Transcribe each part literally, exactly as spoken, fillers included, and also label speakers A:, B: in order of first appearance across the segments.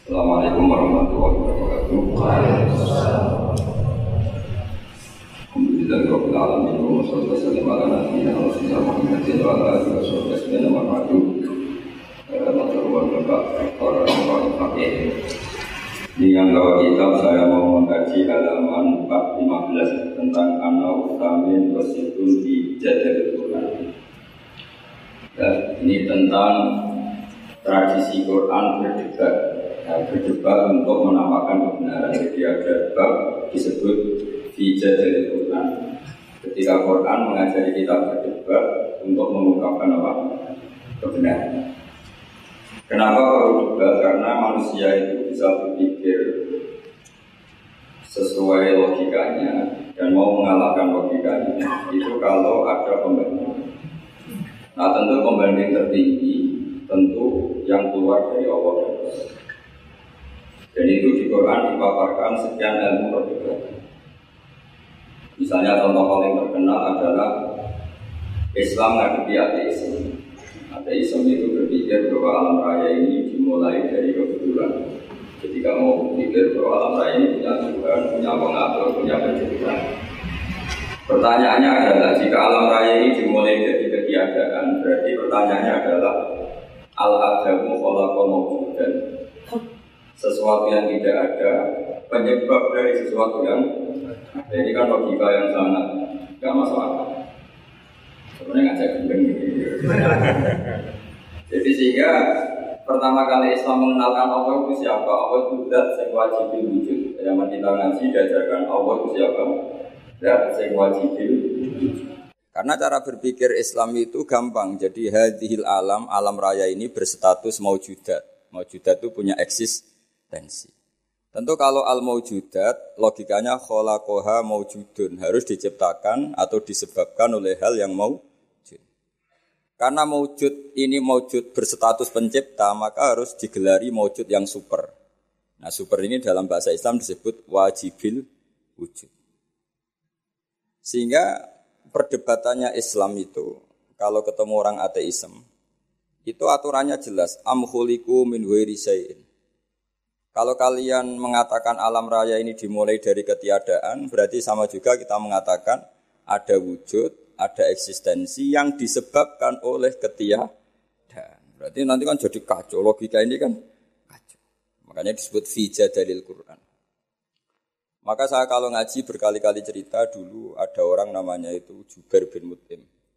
A: Assalamualaikum warahmatullahi wabarakatuh. Alhamdulillahirabbil alamin wa sallallahu alaihi wa sallam ala nabiyyina Muhammadin wa ala alihi wasallam wa ba'du. Matur Bapak para ulama fakih. Ini yang bawa kitab saya mau mengkaji halaman empat ratus lima belas tentang an-nawu tsamin wa sittun fi jadal Quran. Ya, ini tentang tradisi Quran berdebat. Ya, berdebat untuk menampakkan kebenaran. Jadi ada bab disebut fi jadal Quran. Ketika Quran mengajari kita berdebat untuk mengungkapkan apa? Kebenaran. Kenapa perlu debat? Karena manusia itu bisa berpikir sesuai logikanya dan mau mengalahkan logikanya itu kalau ada pembanding. Nah, tentu pembanding tertinggi tentu yang keluar dari Allah dan Rasul. Dan itu di Quran dipaparkan sekian ilmu perdebatan. Misalnya contoh paling terkenal adalah Islam ngadepi ateisme. Ateisme itu berpikir bahwa alam raya ini dimulai dari kebetulan. Ketika mau berpikir bahwa alam raya ini punya Tuhan, punya pengatur, punya pencipta. Pertanyaannya adalah jika alam raya ini dimulai dari ketiadaan, berarti pertanyaannya adalah al-adamu khalaqal mawjudan. Sesuatu yang tidak ada penyebab dari sesuatu yang ada. Ini kan logika yang sangat tidak masuk akal. Sebenarnya ngajak gendeng gitu. Jadi sehingga pertama kali Islam mengenalkan Allah itu siapa? Allah itu zat yang wajib wujud. Yang kita ngaji diajarkan Allah itu siapa? Zat yang wajib wujud. Karena cara berpikir Islam itu gampang. Jadi hadhil alam, alam raya ini berstatus maujudat. Maujudat itu punya eksistensi. Tentu kalau al-maujudat, logikanya khalaqaha maujudun, harus diciptakan atau disebabkan oleh hal yang maujud. Karena maujud ini maujud berstatus pencipta, maka harus digelari maujud yang super. Nah, super ini dalam bahasa Islam disebut wajibil wujud. Sehingga perdebatannya Islam itu, kalau ketemu orang ateisme, itu aturannya jelas, am khuliqu min ghairi syai'in. Kalau kalian mengatakan alam raya ini dimulai dari ketiadaan, berarti sama juga kita mengatakan ada wujud, ada eksistensi yang disebabkan oleh ketiadaan. Berarti nanti kan jadi kacau, logika ini kan kacau. Makanya disebut fi jadalil Quran. Maka saya kalau ngaji berkali-kali cerita dulu ada orang namanya itu Jubair bin Mut'im.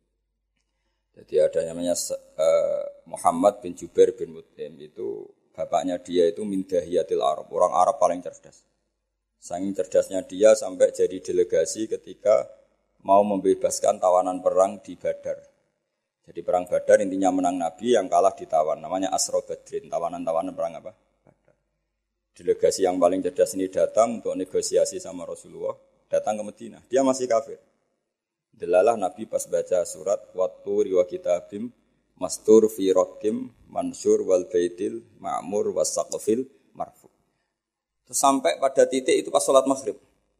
A: Jadi ada namanya uh, Muhammad bin Jubair bin Mut'im itu. Bapaknya dia itu min dahiyatil Arab, orang Arab paling cerdas. Saking cerdasnya dia sampai jadi delegasi ketika mau membebaskan tawanan perang di Badar. Jadi perang Badar intinya menang Nabi, yang kalah ditawan. Namanya Asra Badrin, tawanan-tawanan perang apa? Badar. Delegasi yang paling cerdas ini datang untuk negosiasi sama Rasulullah, datang ke Madinah. Dia masih kafir. Delalah Nabi pas baca surat Watturi wa kitabim Mastur fi rokim mansur wal baitil ma'mur wasaqfil marfu. Terus sampai pada titik itu pas sholat maghrib.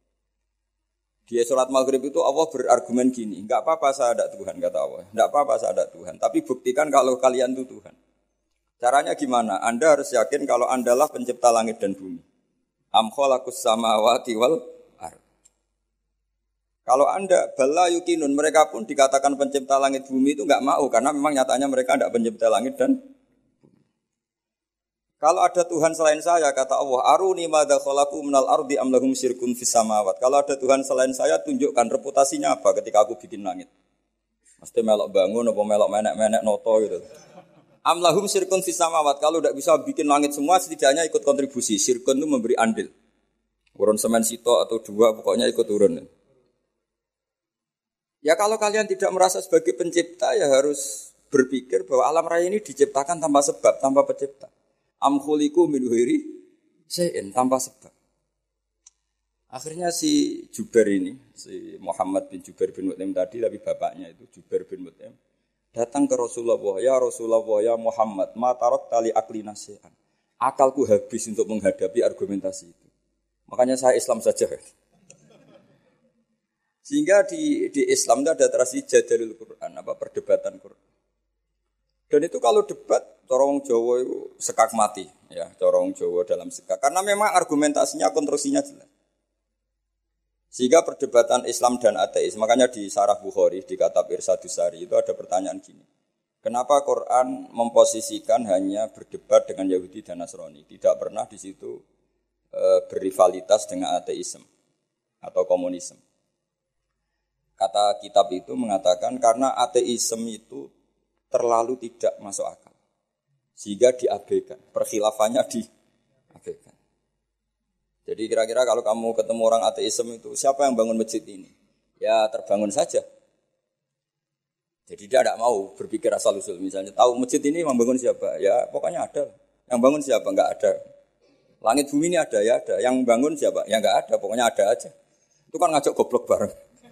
A: Dia sholat maghrib itu Allah berargumen gini, enggak apa-apa saya ada Tuhan, kata Allah. Enggak apa-apa saya ada Tuhan, tapi buktikan kalau kalian itu Tuhan. Caranya gimana? Anda harus yakin kalau Andalah pencipta langit dan bumi. Am khalaqus samawati wal ardh. Kalau Anda bala yukinun, mereka pun dikatakan pencipta langit bumi itu enggak mau, karena memang nyatanya mereka tidak pencipta langit dan bumi. Kalau ada Tuhan selain saya, kata Allah, aruni madza khalaqu minal ardi am lahum syirkun fis samawat. Kalau ada Tuhan selain saya, tunjukkan reputasinya apa ketika aku bikin langit. Mesti melok bangun apa melok menek-menek noto gitu. Am lahum syirkun fis samawat. Kalau tidak bisa bikin langit semua, setidaknya ikut kontribusi. Syirkun itu memberi andil. Urun semen sito atau dua, pokoknya ikut urun. Ya kalau kalian tidak merasa sebagai pencipta, ya harus berpikir bahwa alam raya ini diciptakan tanpa sebab, tanpa pencipta. Am khuliqu min ghairi syai'in, tanpa sebab. Akhirnya si Jubair ini, si Muhammad bin Jubair bin Mut'im tadi, tapi bapaknya itu Jubair bin Mut'im, datang ke Rasulullah, ya Rasulullah, ya Muhammad, ma tarakta li aqli nasi'an. Akalku habis untuk menghadapi argumentasi itu. Makanya saya Islam saja. Sehingga di, di Islam itu ada tradisi jadalul Quran, apa perdebatan Quran. Dan itu kalau debat corong Jawa itu sekak mati, ya, corong Jawa dalam sekak. Karena memang argumentasinya, konstruksinya jelas. Sehingga perdebatan Islam dan ateis, makanya di Syarah Bukhari, di Kitab Irsyadus Sari itu ada pertanyaan gini. Kenapa Quran memposisikan hanya berdebat dengan Yahudi dan Nasrani, tidak pernah di situ e, berrivalitas dengan ateisme atau komunisme? Kata kitab itu mengatakan karena ateisme itu terlalu tidak masuk akal, sehingga diabaikan, perkhilafannya diabaikan. Jadi kira-kira kalau kamu ketemu orang ateisme itu, siapa yang bangun masjid ini? Ya terbangun saja. Jadi dia tidak mau berpikir asal-usul. Misalnya, tahu masjid ini membangun siapa? Ya pokoknya ada. Yang bangun siapa? Enggak ada. Langit bumi ini ada, ya ada. Yang bangun siapa? Ya enggak ada, pokoknya ada aja. Itu kan ngajak goblok bareng.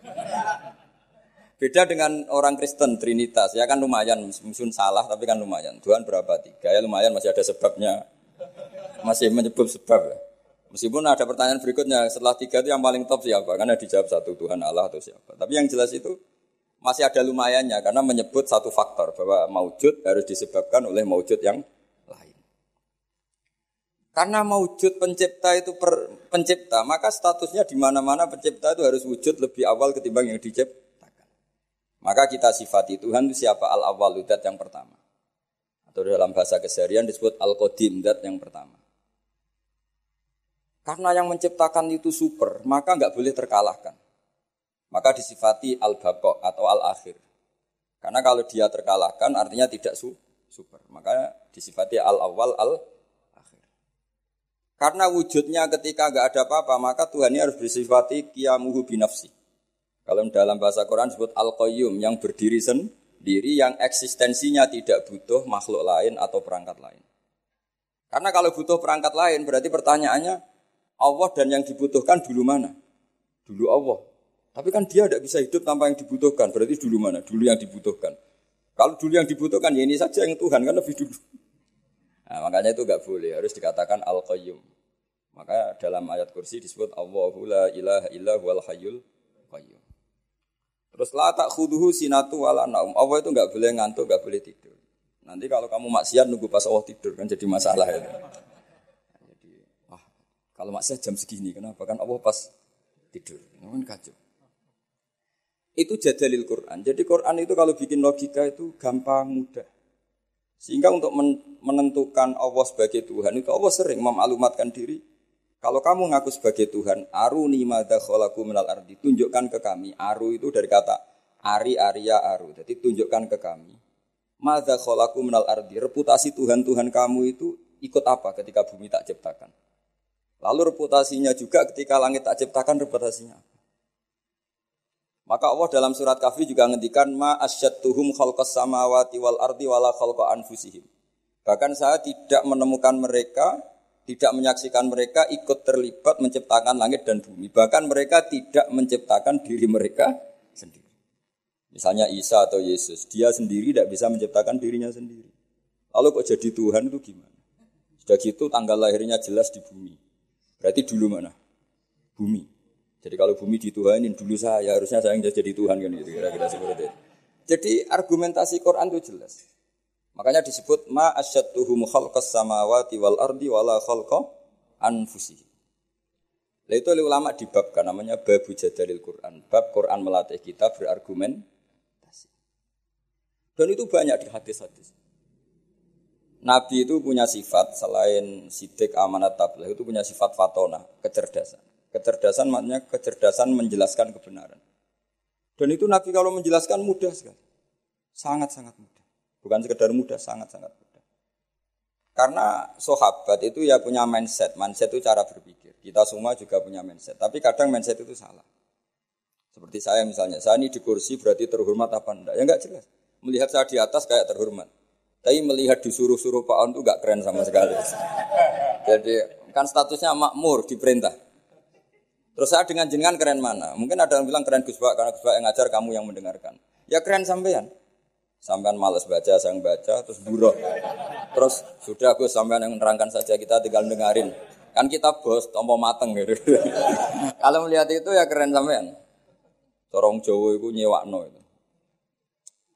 A: Beda dengan orang Kristen, Trinitas. Ya kan lumayan, mungkin salah tapi kan lumayan. Tuhan berapa? Tiga. Ya lumayan, masih ada sebabnya. Masih menyebut sebab ya. Meskipun ada pertanyaan berikutnya, setelah tiga itu yang paling top siapa? Karena dijawab satu, Tuhan Allah atau siapa. Tapi yang jelas itu masih ada lumayannya, karena menyebut satu faktor, bahwa maujud harus disebabkan oleh maujud yang lain. Karena maujud pencipta itu per, pencipta, maka statusnya di mana-mana pencipta itu harus wujud lebih awal ketimbang yang diciptakan. Maka kita sifati Tuhan itu siapa? Al-awwal, dat yang pertama. Atau dalam bahasa keseharian disebut Al-Qadim, dat yang pertama. Karena yang menciptakan itu super, maka enggak boleh terkalahkan. Maka disifati al-baqa atau al-akhir. Karena kalau dia terkalahkan artinya tidak su super. Maka disifati al-awwal al-akhir. Karena wujudnya ketika enggak ada apa-apa, maka Tuhan ini harus bersifati qiyamuhu binafsi. Kalau dalam bahasa Quran disebut al-qayyum, yang berdiri sendiri, yang eksistensinya tidak butuh makhluk lain atau perangkat lain. Karena kalau butuh perangkat lain berarti pertanyaannya, Allah dan yang dibutuhkan dulu mana? Dulu Allah. Tapi kan dia tidak bisa hidup tanpa yang dibutuhkan. Berarti dulu mana? Dulu yang dibutuhkan. Kalau dulu yang dibutuhkan, ya ini saja yang Tuhan, kan lebih dulu. Nah, makanya itu enggak boleh. Harus dikatakan Al-Qayyum. Maka dalam ayat kursi disebut Allahu la ilaha illa huwal hayyul qayyum. Terus la ta'khudhuhu sinatu wala naum. Allah itu enggak boleh ngantuk, enggak boleh tidur. Nanti kalau kamu maksiat nunggu pas Allah tidur, kan jadi masalah itu. Kalau maksiat jam segini, kenapa? Kan Allah pas tidur. Itu kan kacau. Itu jadalil Quran. Jadi Quran itu kalau bikin logika itu gampang, mudah. Sehingga untuk menentukan Allah sebagai Tuhan, itu Allah sering memalumatkan diri. Kalau kamu ngaku sebagai Tuhan, aruni madza khalaqu minal ardi, tunjukkan ke kami. Aru itu dari kata ari, aria, aru. Jadi tunjukkan ke kami. Madza khalaqu minal ardi, reputasi Tuhan-Tuhan kamu itu ikut apa ketika bumi tak ciptakan? Lalu reputasinya juga ketika langit tak ciptakan, reputasinya apa? Maka Allah dalam surat Kahfi juga ngendikan ma asyadtuhum khalqas samawati wal ardi wala khalqa anfusihim. Bahkan saya tidak menemukan mereka, tidak menyaksikan mereka ikut terlibat menciptakan langit dan bumi. Bahkan mereka tidak menciptakan diri mereka sendiri. Misalnya Isa atau Yesus, dia sendiri tidak bisa menciptakan dirinya sendiri. Lalu kok jadi Tuhan itu gimana? Sudah gitu tanggal lahirnya jelas di bumi. Berarti dulu mana? Bumi. Jadi kalau bumi dituhanin dulu saya, harusnya saya yang jadi Tuhan kan gitu, kira-kira seperti itu. Jadi argumentasi Quran itu jelas. Makanya disebut ma asyadtuhum khalqas samawati wal ardi wala khalqa anfusihim. Lah itu oleh ulama dibabkan namanya babu jadalil Quran. Bab Quran melatih kita berargumentasi. Dan itu banyak di hadis-hadis. Nabi itu punya sifat selain sidik, amanat, tabligh itu punya sifat fatona, kecerdasan. Kecerdasan maknanya kecerdasan menjelaskan kebenaran. Dan itu Nabi kalau menjelaskan mudah sekali. Sangat-sangat mudah. Bukan sekedar mudah, sangat-sangat mudah. Karena sahabat itu ya punya mindset. Mindset itu cara berpikir. Kita semua juga punya mindset. Tapi kadang mindset itu salah. Seperti saya misalnya. Saya ini di kursi berarti terhormat apa enggak? Ya enggak jelas. Melihat saya di atas kayak terhormat. Tapi melihat disuruh-suruh Pak On itu enggak keren sama sekali. Jadi kan statusnya makmur, diperintah. Terus saya dengan jenengan keren mana? Mungkin ada yang bilang keren Gus Pak, karena Gus Pak yang ngajar, kamu yang mendengarkan. Ya keren sampean. Sampean malas baca, saya yang baca, terus buruh. Terus sudah Gus, sampean yang menerangkan saja, kita tinggal dengarin. Kan kita bos, tompo mateng gitu. Kalau melihat itu ya keren sampean. Corong Jawa itu nyewakno itu.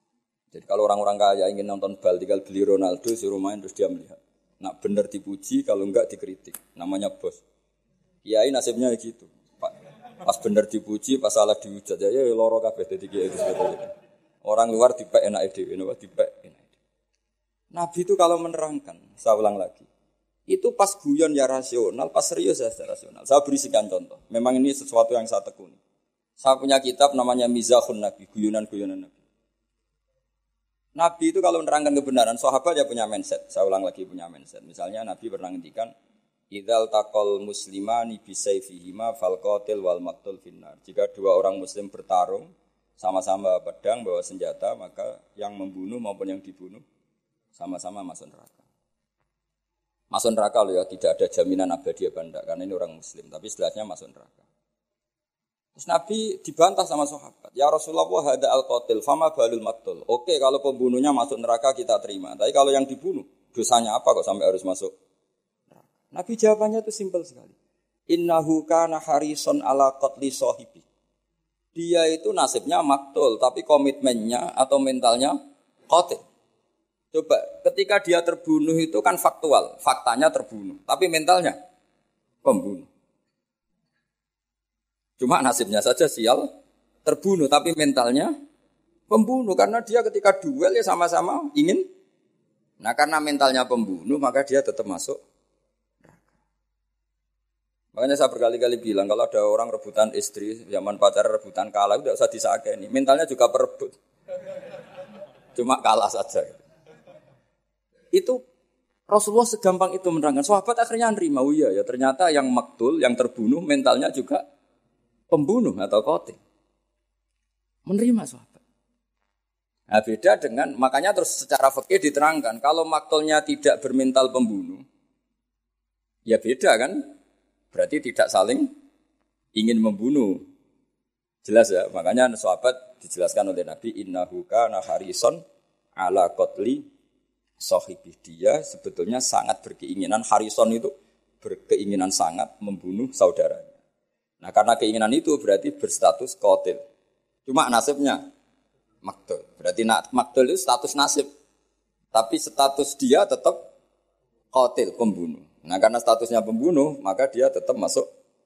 A: Jadi kalau orang-orang kaya ingin nonton bal tinggal beli Ronaldo suruh main terus dia melihat. Nak bener dipuji kalau enggak dikritik. Namanya bos. Kiai nasibnya gitu. Pak. Pas bener dipuji, pas salah dihujat ya, ya loro kabeh dadi kiai itu sebetulnya. Orang luar dipek enak dhewe, napa dipek enak. Nabi itu kalau menerangkan, saya ulang lagi. Itu pas guyon ya rasional, pas serius ya rasional. Saya berikan contoh. Memang ini sesuatu yang saya tekuni. Saya punya kitab namanya Mizahun Nabi, guyonan-guyonan Nabi. Nabi itu kalau menerangkan kebenaran, sahabat ya punya mindset. Saya ulang lagi punya mindset. Misalnya Nabi pernah ngendikan, "Idzal taqal muslimani bisayfihima fal qatil wal maqtul finnar." Jika dua orang muslim bertarung sama-sama pedang bawa senjata, maka yang membunuh maupun yang dibunuh sama-sama masuk neraka. Masuk neraka loh ya, tidak ada jaminan abadi apa enggak, karena ini orang muslim, tapi istilahnya masuk neraka. Terus Nabi dibantah sama sahabat. Ya Rasulullah hada al-qatil fama balul maqtul. Oke, kalau pembunuhnya masuk neraka kita terima. Tapi kalau yang dibunuh, dosanya apa kok sampai harus masuk neraka? Nabi jawabannya itu simpel sekali. Innahu kana harison ala qatli sahibi. Dia itu nasibnya maktul, tapi komitmennya atau mentalnya qatil. Coba, ketika dia terbunuh itu kan faktual. Faktanya terbunuh, tapi mentalnya pembunuh. Cuma nasibnya saja sial, terbunuh, tapi mentalnya pembunuh. Karena dia ketika duel ya sama-sama ingin. Nah karena mentalnya pembunuh, maka dia tetap masuk neraka. Makanya saya berkali-kali bilang, kalau ada orang rebutan istri, zaman pacaran rebutan kalah, tidak usah disakeni. Mentalnya juga perebut. Cuma kalah saja. Itu Rasulullah segampang itu menerangkan. Sahabat akhirnya nerima, oh iya ya ternyata yang maktul, yang terbunuh, mentalnya juga pembunuh atau qatil. Menerima sahabat. Nah beda dengan, makanya terus secara fikih diterangkan, kalau maktulnya tidak bermental pembunuh, ya beda kan, berarti tidak saling ingin membunuh. Jelas ya, makanya sahabat dijelaskan oleh Nabi, innahu kana harison ala qatli sahibi. Dia sebetulnya sangat berkeinginan, harison itu berkeinginan sangat membunuh saudaranya. Nah karena keinginan itu berarti berstatus qatil. Cuma nasibnya maktul. Berarti maktul itu status nasib. Tapi status dia tetap qatil, pembunuh. Nah karena statusnya pembunuh, maka dia tetap masuk.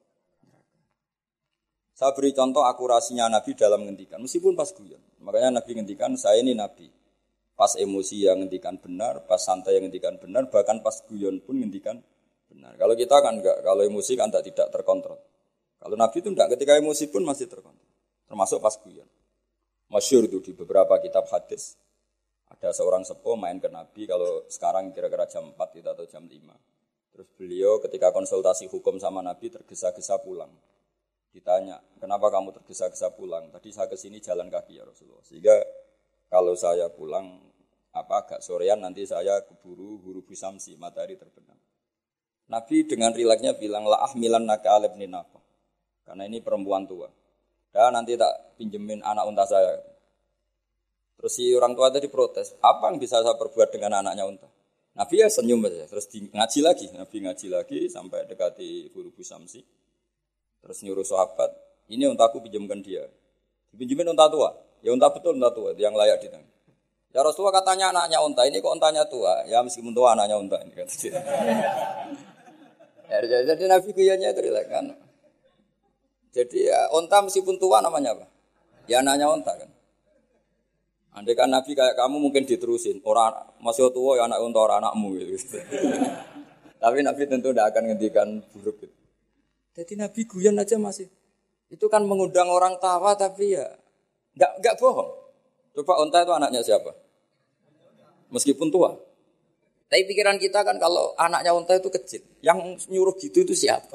A: Saya beri contoh akurasinya Nabi dalam ngendikan. Meskipun pas guyon. Makanya Nabi ngendikan, saya ini Nabi. Pas emosi yang ngendikan benar, pas santai yang ngendikan benar, bahkan pas guyon pun ngendikan benar. Kalau kita kan enggak, kalau emosi kan tidak terkontrol. Kalau Nabi itu enggak, ketika emosi pun masih terkontrol. Termasuk pas guyon. Masyhur itu di beberapa kitab hadis. Ada seorang sepuh main ke Nabi, kalau sekarang kira-kira jam empat gitu, atau jam lima. Terus beliau ketika konsultasi hukum sama Nabi tergesa-gesa pulang. Ditanya, kenapa kamu tergesa-gesa pulang? Tadi saya ke sini jalan kaki ya Rasulullah. Sehingga kalau saya pulang apa agak sorean nanti saya keburu huru bisamsi, matahari terbenam. Nabi dengan rileksnya bilang, la ahmilan naka alibni nafah. Karena ini perempuan tua. Dan nanti tak pinjemin anak unta saya. Terus si orang tua tadi protes. Apa yang bisa saya perbuat dengan anaknya unta? Nabi ya senyum saja. Terus di, ngaji lagi. Nabi ngaji lagi sampai dekati Guru Busamsi. Terus nyuruh sahabat. Ini untaku pinjamkan dia. Dipinjemin unta tua. Ya unta betul unta tua. Yang layak ditanggung. Ya Rasulullah katanya anaknya unta. Ini kok untanya tua? Ya meskipun tua anaknya unta. Ini kata dia. Ya, jadi Nabi kuyanya itu rileks kan. Jadi ya unta meskipun tua namanya apa? Ya anaknya unta kan. Andai kan Nabi kayak kamu mungkin diterusin. Orang masih tua ya anak unta orang anakmu gitu. Tapi Nabi tentu tidak akan ngendikan buruk gitu. Jadi Nabi guyon aja masih. Itu kan mengundang orang tawa tapi ya enggak enggak bohong. Coba unta itu anaknya siapa? Meskipun tua. Tapi pikiran kita kan kalau anaknya unta itu kecil. Yang nyuruh gitu itu siapa?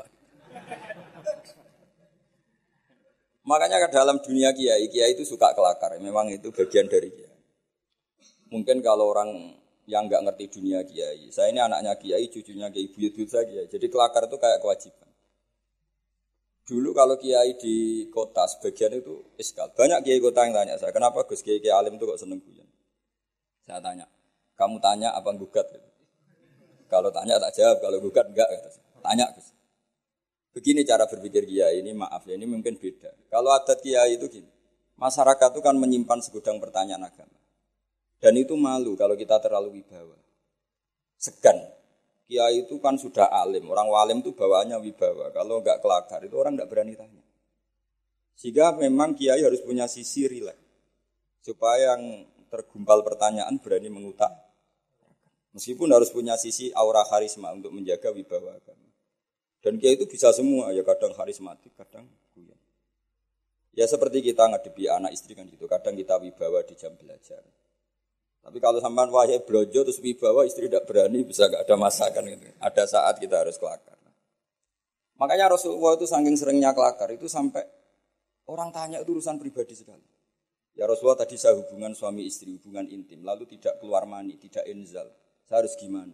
A: Makanya ke dalam dunia kiai, kiai itu suka kelakar. Memang itu bagian dari kiai. Mungkin kalau orang yang enggak ngerti dunia kiai, saya ini anaknya kiai, cucunya kiai, buyut-buyut saya kiai. Jadi kelakar itu kayak kewajiban. Dulu kalau kiai di kota sebagian itu iskal. Banyak kiai kota yang tanya saya, kenapa Gus kiai kiai alim itu kok seneng guyon? Saya tanya, kamu tanya apa gugat? Kalau tanya tak jawab, kalau gugat enggak. Tanya Gus. Begini cara berpikir kiai ini, maaf ya, ini mungkin beda. Kalau adat kiai itu gini, masyarakat itu kan menyimpan segudang pertanyaan agama. Dan itu malu kalau kita terlalu wibawa. Segan. Kiai itu kan sudah alim. Orang walim itu bawaannya wibawa. Kalau enggak kelakar itu orang enggak berani tanya. Sehingga memang kiai harus punya sisi rileks. Supaya yang tergumpal pertanyaan berani mengutak. Meskipun harus punya sisi aura karisma untuk menjaga wibawa agama. Dan kiai itu bisa semua. Ya kadang karismatik, kadang guyon. Ya seperti kita ngadepi anak istri kan gitu. Kadang kita wibawa di jam belajar. Tapi kalau sampean wahai blojo terus wibawa istri tidak berani bisa enggak ada masakan gitu. Ada saat kita harus kelakar. Makanya Rasulullah itu saking seringnya kelakar itu sampai orang tanya itu urusan pribadi sekali. Ya Rasulullah tadi saya hubungan suami istri, hubungan intim, lalu tidak keluar mani, tidak inzal. Saya harus gimana?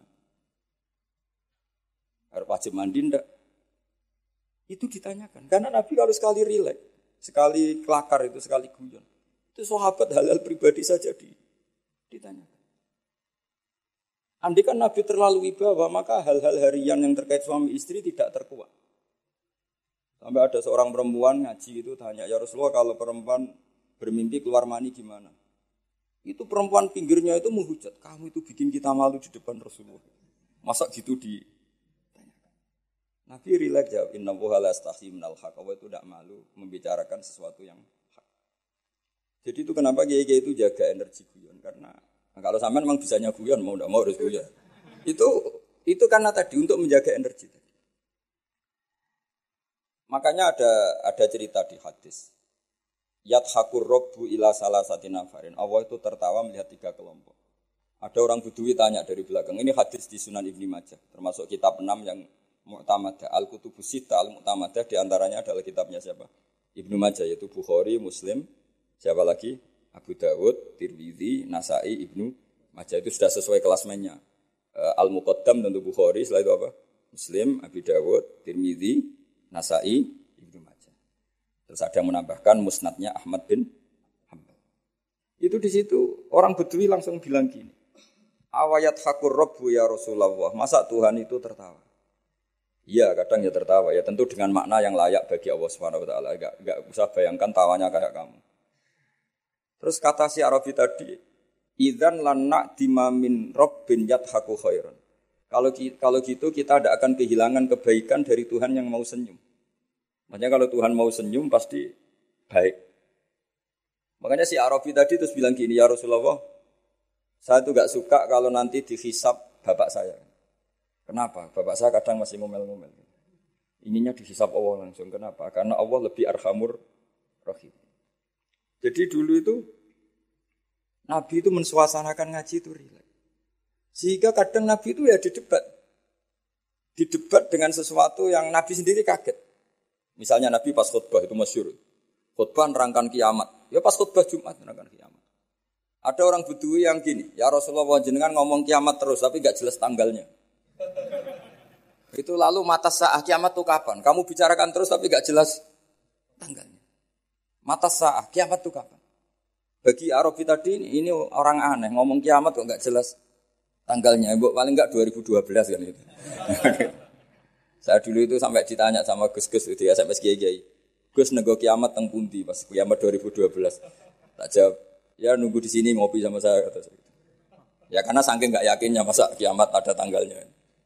A: Harus wajib mandi enggak? Itu ditanyakan. Karena Nabi kalau sekali rileks, sekali kelakar itu, sekali guyon. Itu sahabat halal pribadi saja di ditanyakan. Andai kan Nabi terlalu wibawa, maka hal-hal harian yang terkait suami istri tidak terkuat. Sampai ada seorang perempuan ngaji itu tanya, ya Rasulullah kalau perempuan bermimpi keluar mani gimana? Itu perempuan pinggirnya itu menghujat, kamu itu bikin kita malu di depan Rasulullah. Masa gitu ditanyakan. Nabi rileks jawab, inna wuha la astahyi minal haq. Allah itu tidak malu membicarakan sesuatu yang hak. Jadi itu kenapa kiai-kiai itu jaga energi guyon. Karena nah kalau sampean memang bisanya guyon, mau tidak mau harus guyon. Itu itu karena tadi untuk menjaga energi. Makanya ada ada cerita di hadis. Yadhakur rabbu ila salasati nafarin. Allah itu tertawa melihat tiga kelompok. Ada orang Bedui tanya dari belakang. Ini hadis di Sunan Ibnu Majah, termasuk kitab enam yang mu'tamadah. Al-Kutubus Sittah al-Mu'tamadah di antaranya adalah kitabnya siapa? Ibnu Majah, yaitu Bukhari, Muslim, siapa lagi? Abu Dawud, Tirmidzi, Nasai, Ibnu Majah. Itu sudah sesuai kelas mainnya. Al-Muqaddam tentu Bukhari, setelah itu apa? Muslim, Abu Dawud, Tirmidzi, Nasai, Ibnu Majah. Terus ada yang menambahkan musnadnya Ahmad bin Hanbal. Itu di situ orang Bedui langsung bilang gini, awayat hakur rabbu ya Rasulullah, masa Tuhan itu tertawa? Iya, kadang ya tertawa ya, tentu dengan makna yang layak bagi Allah Subhanahu wa taala. Enggak enggak usah bayangkan tawanya kayak kamu. Terus kata si Arabi tadi, idzan lanna dimamin rabbin yadhaku khairan. Kalau kalau gitu kita tidak akan kehilangan kebaikan dari Tuhan yang mau senyum. Makanya kalau Tuhan mau senyum pasti baik. Makanya si Arabi tadi terus bilang gini, ya Rasulullah, saya tuh gak suka kalau nanti dihisab bapak saya. Kenapa? Bapak saya kadang masih ngomel-ngomel. Ininya dihisab Allah langsung. Kenapa? Karena Allah lebih arhamur rahim. Jadi dulu itu Nabi itu mensuasanakan ngaji itu rileks. Sehingga kadang Nabi itu ya didebat. Didebat dengan sesuatu yang Nabi sendiri kaget. Misalnya Nabi pas khutbah itu masyhur. Khutbah nerangkan kiamat. Ya pas khutbah Jumat nerangkan kiamat. Ada orang Bedui yang gini, ya Rasulullah jenengan ngomong kiamat terus tapi enggak jelas tanggalnya. Itu lalu mata sa'ah kiamat itu kapan? Kamu bicarakan terus tapi enggak jelas tanggalnya. Mata sa'ah kiamat itu kapan? Bagi Arabi tadi ini, ini orang aneh ngomong kiamat kok enggak jelas tanggalnya. Mbok paling enggak dua ribu dua belas kan itu. Saya dulu itu sampai ditanya sama Gus-Gus itu ya sampai kiai-kiai. Gus nego kiamat teng pundi pas kiamat dua ribu dua belas. Tak jawab, ya nunggu di sini ngopi sama saya kata saya. Ya karena saking enggak yakinnya masa kiamat ada tanggalnya.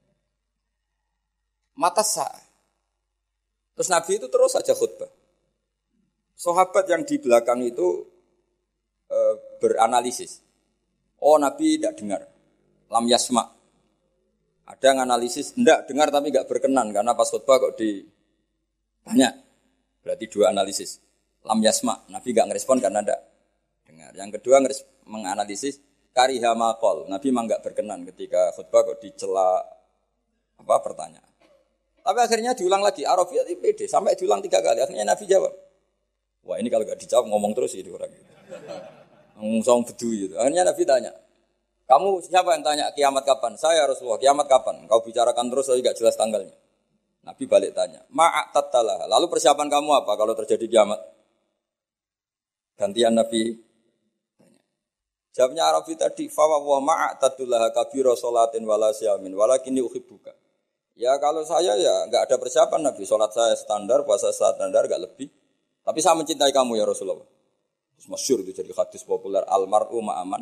A: Mata sa'ah. Terus Nabi itu terus saja khutbah. Sahabat yang di belakang itu e, beranalisis. Oh Nabi tidak dengar. Lam yasma. Ada yang analisis, enggak dengar tapi enggak berkenan karena pas khutbah kok ditanya. Berarti dua analisis. Lam yasma, Nabi enggak ngerespon karena enggak dengar. Yang kedua menganalisis kariha maqal. Nabi memang enggak berkenan ketika khutbah kok dicela apa pertanyaan. Tapi akhirnya diulang lagi, Arabi itu pede sampai diulang tiga kali. Akhirnya Nabi jawab. Wah, ini kalau enggak dijawab ngomong terus ini orang gitu. Ngomong Bedui gitu. Akhirnya Nabi tanya, kamu siapa yang tanya kiamat kapan? Saya Rasulullah, kiamat kapan? Kau bicarakan terus tapi enggak jelas tanggalnya. Nabi balik tanya, ma'atattalah. Lalu persiapan kamu apa kalau terjadi kiamat? Gantian Nabi tanya. Jawabnya Arabi tadi, fa wa ma'atattalah kabira salatin wala siyamin walakinni uhibbuka. Ya kalau saya ya enggak ada persiapan Nabi, salat saya standar, puasa standar enggak lebih. Tapi saya mencintai kamu ya Rasulullah. Terus masyhur itu jadi hadis populer, almar'u ma'aman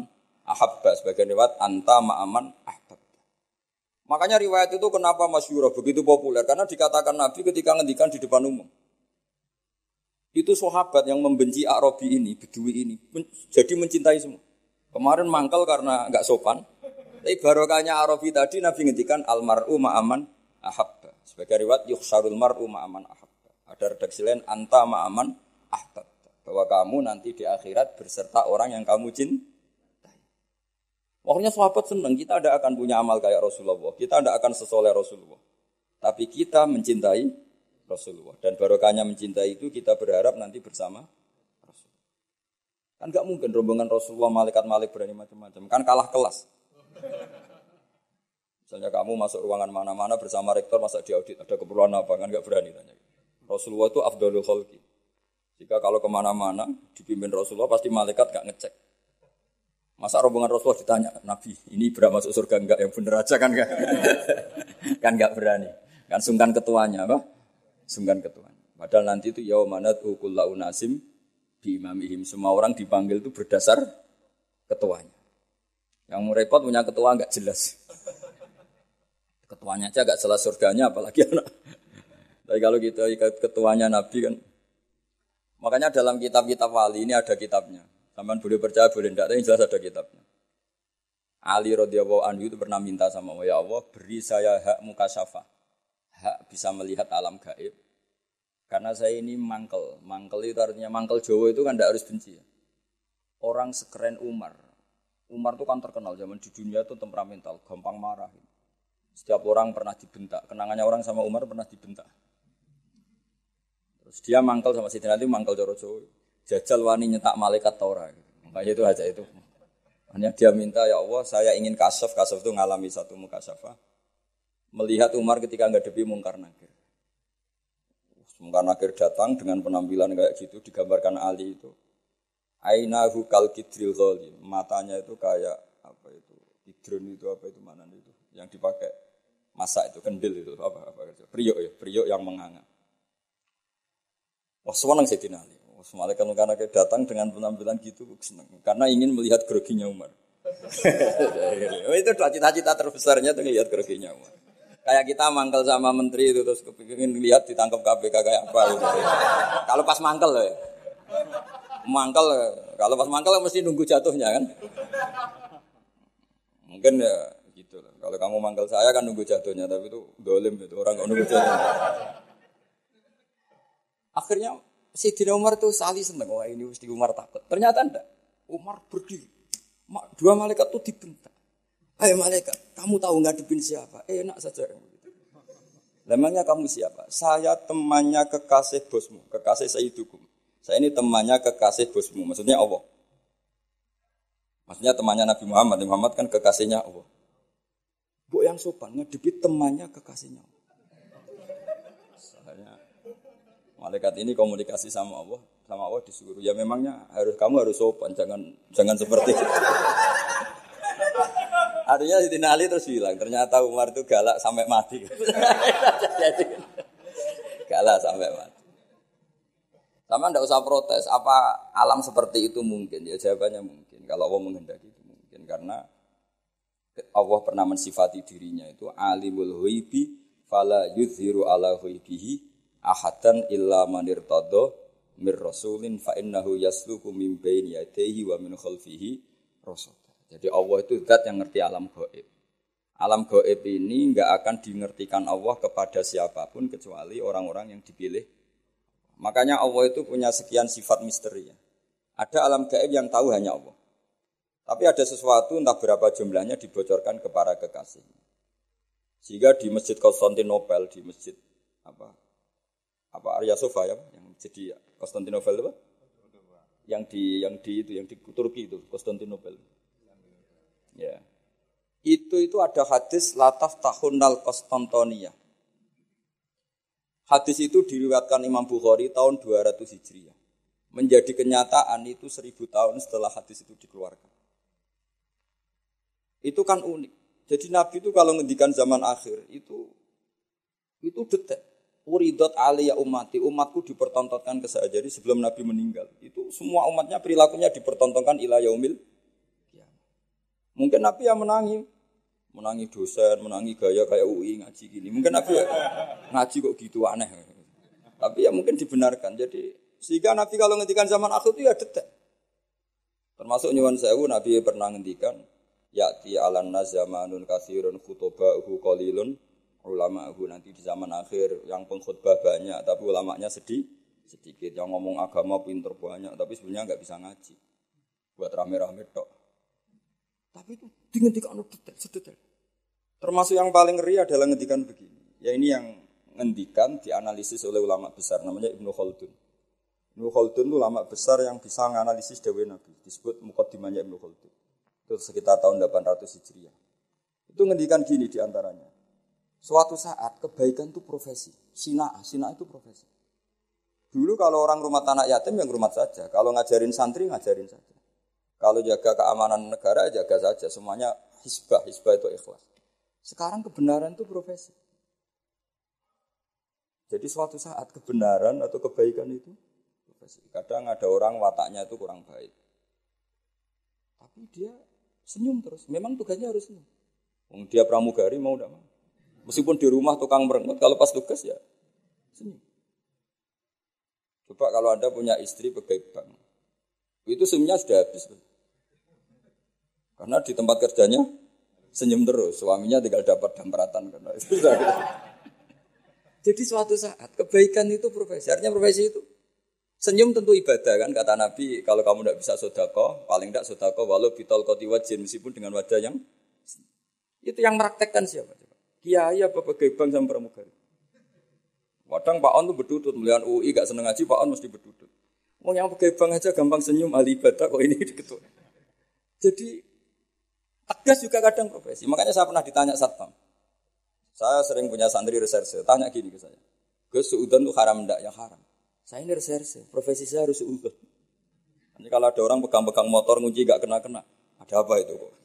A: ahabba, sebagian riwayat anta ma'aman ahbab. Makanya riwayat itu kenapa masyhur begitu populer karena dikatakan Nabi ketika ngendikan di depan umum. Itu sahabat yang membenci Arabi ini, Bedui ini, men- jadi mencintai semua. Kemarin mangkel karena enggak sopan. Tapi barokahnya Arabi tadi Nabi ngendikan almar'u ma'aman ahabba. Sebagai riwayat yukhsarul mar'u ma'aman ahabba. Ada redaksi lain anta ma'aman ahbab. Bahwa kamu nanti di akhirat berserta orang yang kamu cintai. Pokoknya sahabat senang, kita tidak akan punya amal kayak Rasulullah. Kita tidak akan sesoleh Rasulullah. Tapi kita mencintai Rasulullah. Dan barokahnya mencintai itu kita berharap nanti bersama Rasulullah. Kan gak mungkin rombongan Rasulullah malaikat-malaikat berani macam-macam. Kan kalah kelas. Misalnya kamu masuk ruangan mana-mana bersama rektor, masa diaudit, ada keperluan apa, kan gak berani tanya. Rasulullah itu afdalul khalqi. Jika kalau kemana-mana dipimpin Rasulullah pasti malaikat gak ngecek. Masa rombongan Rasulullah ditanya, Nabi ini berapa masuk surga enggak, yang bener aja kan enggak. Kan enggak berani. Kan sungkan ketuanya apa? Sungkan ketuanya. Padahal nanti itu yaumanat ukullau nasim bi imamihim. Semua orang dipanggil itu berdasar ketuanya. Yang repot punya ketua enggak jelas. Ketuanya aja enggak jelas surganya apalagi anak. Tapi kalau kita ikat ketuanya Nabi kan. Makanya dalam kitab-kitab wali ini ada kitabnya. Sampeyan boleh percaya boleh tidak, tapi jelas ada kitabnya. Ali radhiyallahu anhu itu pernah minta sama Allah, ya Allah, beri saya hak mukasyafah. Hak bisa melihat alam gaib. Karena saya ini mangkel. Mangkel itu artinya mangkel Jawa itu kan tidak harus benci. Orang sekeren Umar. Umar itu kan terkenal zaman di dunia itu temperamental, gampang marah. Setiap orang pernah dibentak. Kenangannya orang sama Umar pernah dibentak. Terus dia mangkel sama Sidina Ali, mangkel Joro Jawa. Jajal wani nyetak malaikat Taurah. Makanya itu aja itu. Hanya dia minta, ya Allah, saya ingin kasaf. Kasaf itu ngalami satu mukasyafah. Melihat Umar ketika ngadepi Mungkar Nakir. Mungkar Nakir datang dengan penampilan kayak gitu, digambarkan Ali itu. Ainahu kal kidril ghali. Matanya itu kayak apa itu? Hidron itu apa itu mana itu? Yang dipakai masak itu, kendil itu apa apa itu? Priok ya, priok yang menganga. Wah, senang Sayyidina Ali. Wah, malaikat karena datang dengan penampilan gitu senang. Karena ingin melihat groginya Umar. Itu cita-cita terbesarnya tuh lihat groginya Umar. Kayak kita mangkel sama menteri itu terus kepingin lihat ditangkap K P K kayak apa gitu. Kalau pas mangkel ya. Mangkel, kalau pas mangkel mesti nunggu jatuhnya kan. Mungkin ya gitu lah. Kalau kamu mangkel saya kan nunggu jatuhnya, tapi itu dolim itu orang nggak nunggu jatuhnya. Akhirnya Sayyidina Umar tuh sali seneng, wah ini mesti Umar takut. Ternyata enggak. Umar berdiri. Dua malaikat tuh dibentak. Hai malaikat, kamu tahu ngadepin siapa? Eh, enak saja. Lemangnya kamu siapa? Saya temannya kekasih bosmu, kekasih Sayyidukum. Saya ini temannya kekasih bosmu, maksudnya Allah. Maksudnya temannya Nabi Muhammad. Nabi Muhammad kan kekasihnya Allah. Bu yang sopan ngadepi temannya kekasihnya Allah. Saya malaikat ini komunikasi sama Allah, sama Allah disuruh. Ya memangnya harus kamu harus sopan, jangan jangan seperti itu. Artinya Sayyidina Ali terus bilang, ternyata Umar itu galak sampai mati. Galak sampai mati. Sama enggak usah protes, apa alam seperti itu mungkin? Ya jawabannya mungkin. Kalau Allah menghendaki itu mungkin karena Allah pernah mensifati dirinya itu alimul ghaibi fala yuzhiru ala ghaibihi ahadan illa man irtada mir rasulin fa innahu yasluku min baini yadayhi wa min khalfihi rasul. Jadi Allah itu zat yang ngerti alam gaib. Alam gaib ini enggak akan dimengertikan Allah kepada siapapun kecuali orang-orang yang dipilih. Makanya Allah itu punya sekian sifat misteri. Ada alam gaib yang tahu hanya Allah. Tapi ada sesuatu entah berapa jumlahnya dibocorkan kepada kekasih. Sehingga di Masjid Konstantinopel, di Masjid apa? Apa Arya Sofa ya, yang jadi Konstantinopel apa? Yang di yang di itu yang di Turki itu Konstantinopel. Ya. Itu itu ada hadis lataf tahunal Konstantinia. Hadis itu diriwayatkan Imam Bukhari tahun dua ratus Hijriah. Menjadi kenyataan itu seribu tahun setelah hadis itu dikeluarkan. Itu kan unik. Jadi Nabi itu kalau ngendikan zaman akhir itu itu detail. Uridot aliyya ummati, umatku dipertontonkan ke saya. Jadi sebelum Nabi meninggal, itu semua umatnya perilakunya dipertontonkan ila yaumil. Mungkin Nabi yang menangi, menangi dosen, menangi gaya kayak U I ngaji gini. Mungkin Nabi ya, ngaji kok gitu aneh. Tapi ya mungkin dibenarkan. Jadi sehingga Nabi kalau ngendikan zaman akhir itu ya detek. Termasuk nyuwun sewu Nabi pernah ngendikan ya'ti alan nas zamanun katsirun khutoba'uhu qalilun ulama'uhu, nanti di zaman akhir yang pengkhutbah banyak tapi ulamanya sedih sedikit, yang ngomong agama pinter banyak tapi sebenarnya enggak bisa ngaji. Buat rame-rame tok. Tapi itu ngendikan detail, sedetail. Termasuk yang paling ngeri adalah ngendikan begini. Ya ini yang ngendikan dianalisis oleh ulama besar namanya Ibnu Khaldun. Ibnu Khaldun itu ulama besar yang bisa menganalisis dawuh Nabi. Disebut Muqaddimahnya Ibnu Khaldun. Itu sekitar tahun delapan ratus Hijriah. Itu ngendikan gini diantaranya. Suatu saat kebaikan itu profesi. Sina'ah, sina'ah itu profesi. Dulu kalau orang rumah anak yatim yang rumah saja. Kalau ngajarin santri, ngajarin saja. Kalau jaga keamanan negara, jaga saja. Semuanya hisbah, hisbah itu ikhlas. Sekarang kebenaran itu profesi. Jadi suatu saat kebenaran atau kebaikan itu profesi. Kadang ada orang wataknya itu kurang baik. Tapi dia senyum terus. Memang tugasnya harus senyum. Dia pramugari mau tidak mau. Meskipun di rumah tukang merengut, kalau pas tugas ya senyum. Coba kalau Anda punya istri pegawai bank, itu senyumnya sudah habis. Karena di tempat kerjanya senyum terus, suaminya tinggal dapat dampratan. Karena itu jadi suatu saat kebaikan itu profesi. Artinya profesi itu senyum tentu ibadah kan, kata Nabi. Kalau kamu tidak bisa sodako, paling tidak sodako walau bitol koti wajin, meskipun dengan wajah yang itu yang meraktekkan siapa? Kiai apa pegawai bank sama pramugari? Kadang Pak On tuh berdudut, melihat U I gak seneng ngaji, Pak On mesti berdudut. Oh yang pegawai bank aja gampang senyum, ahli ibadah kok ini ketua. Jadi tegas juga kadang profesi. Makanya saya pernah ditanya satpam. Saya sering punya santri reserse, tanya gini ke saya. Gus, suudan itu haram enggak? Ya haram. Saya ini reserse, profesi saya harus suudan. Nanti kalau ada orang pegang-pegang motor ngunci gak kena-kena, ada apa itu kok?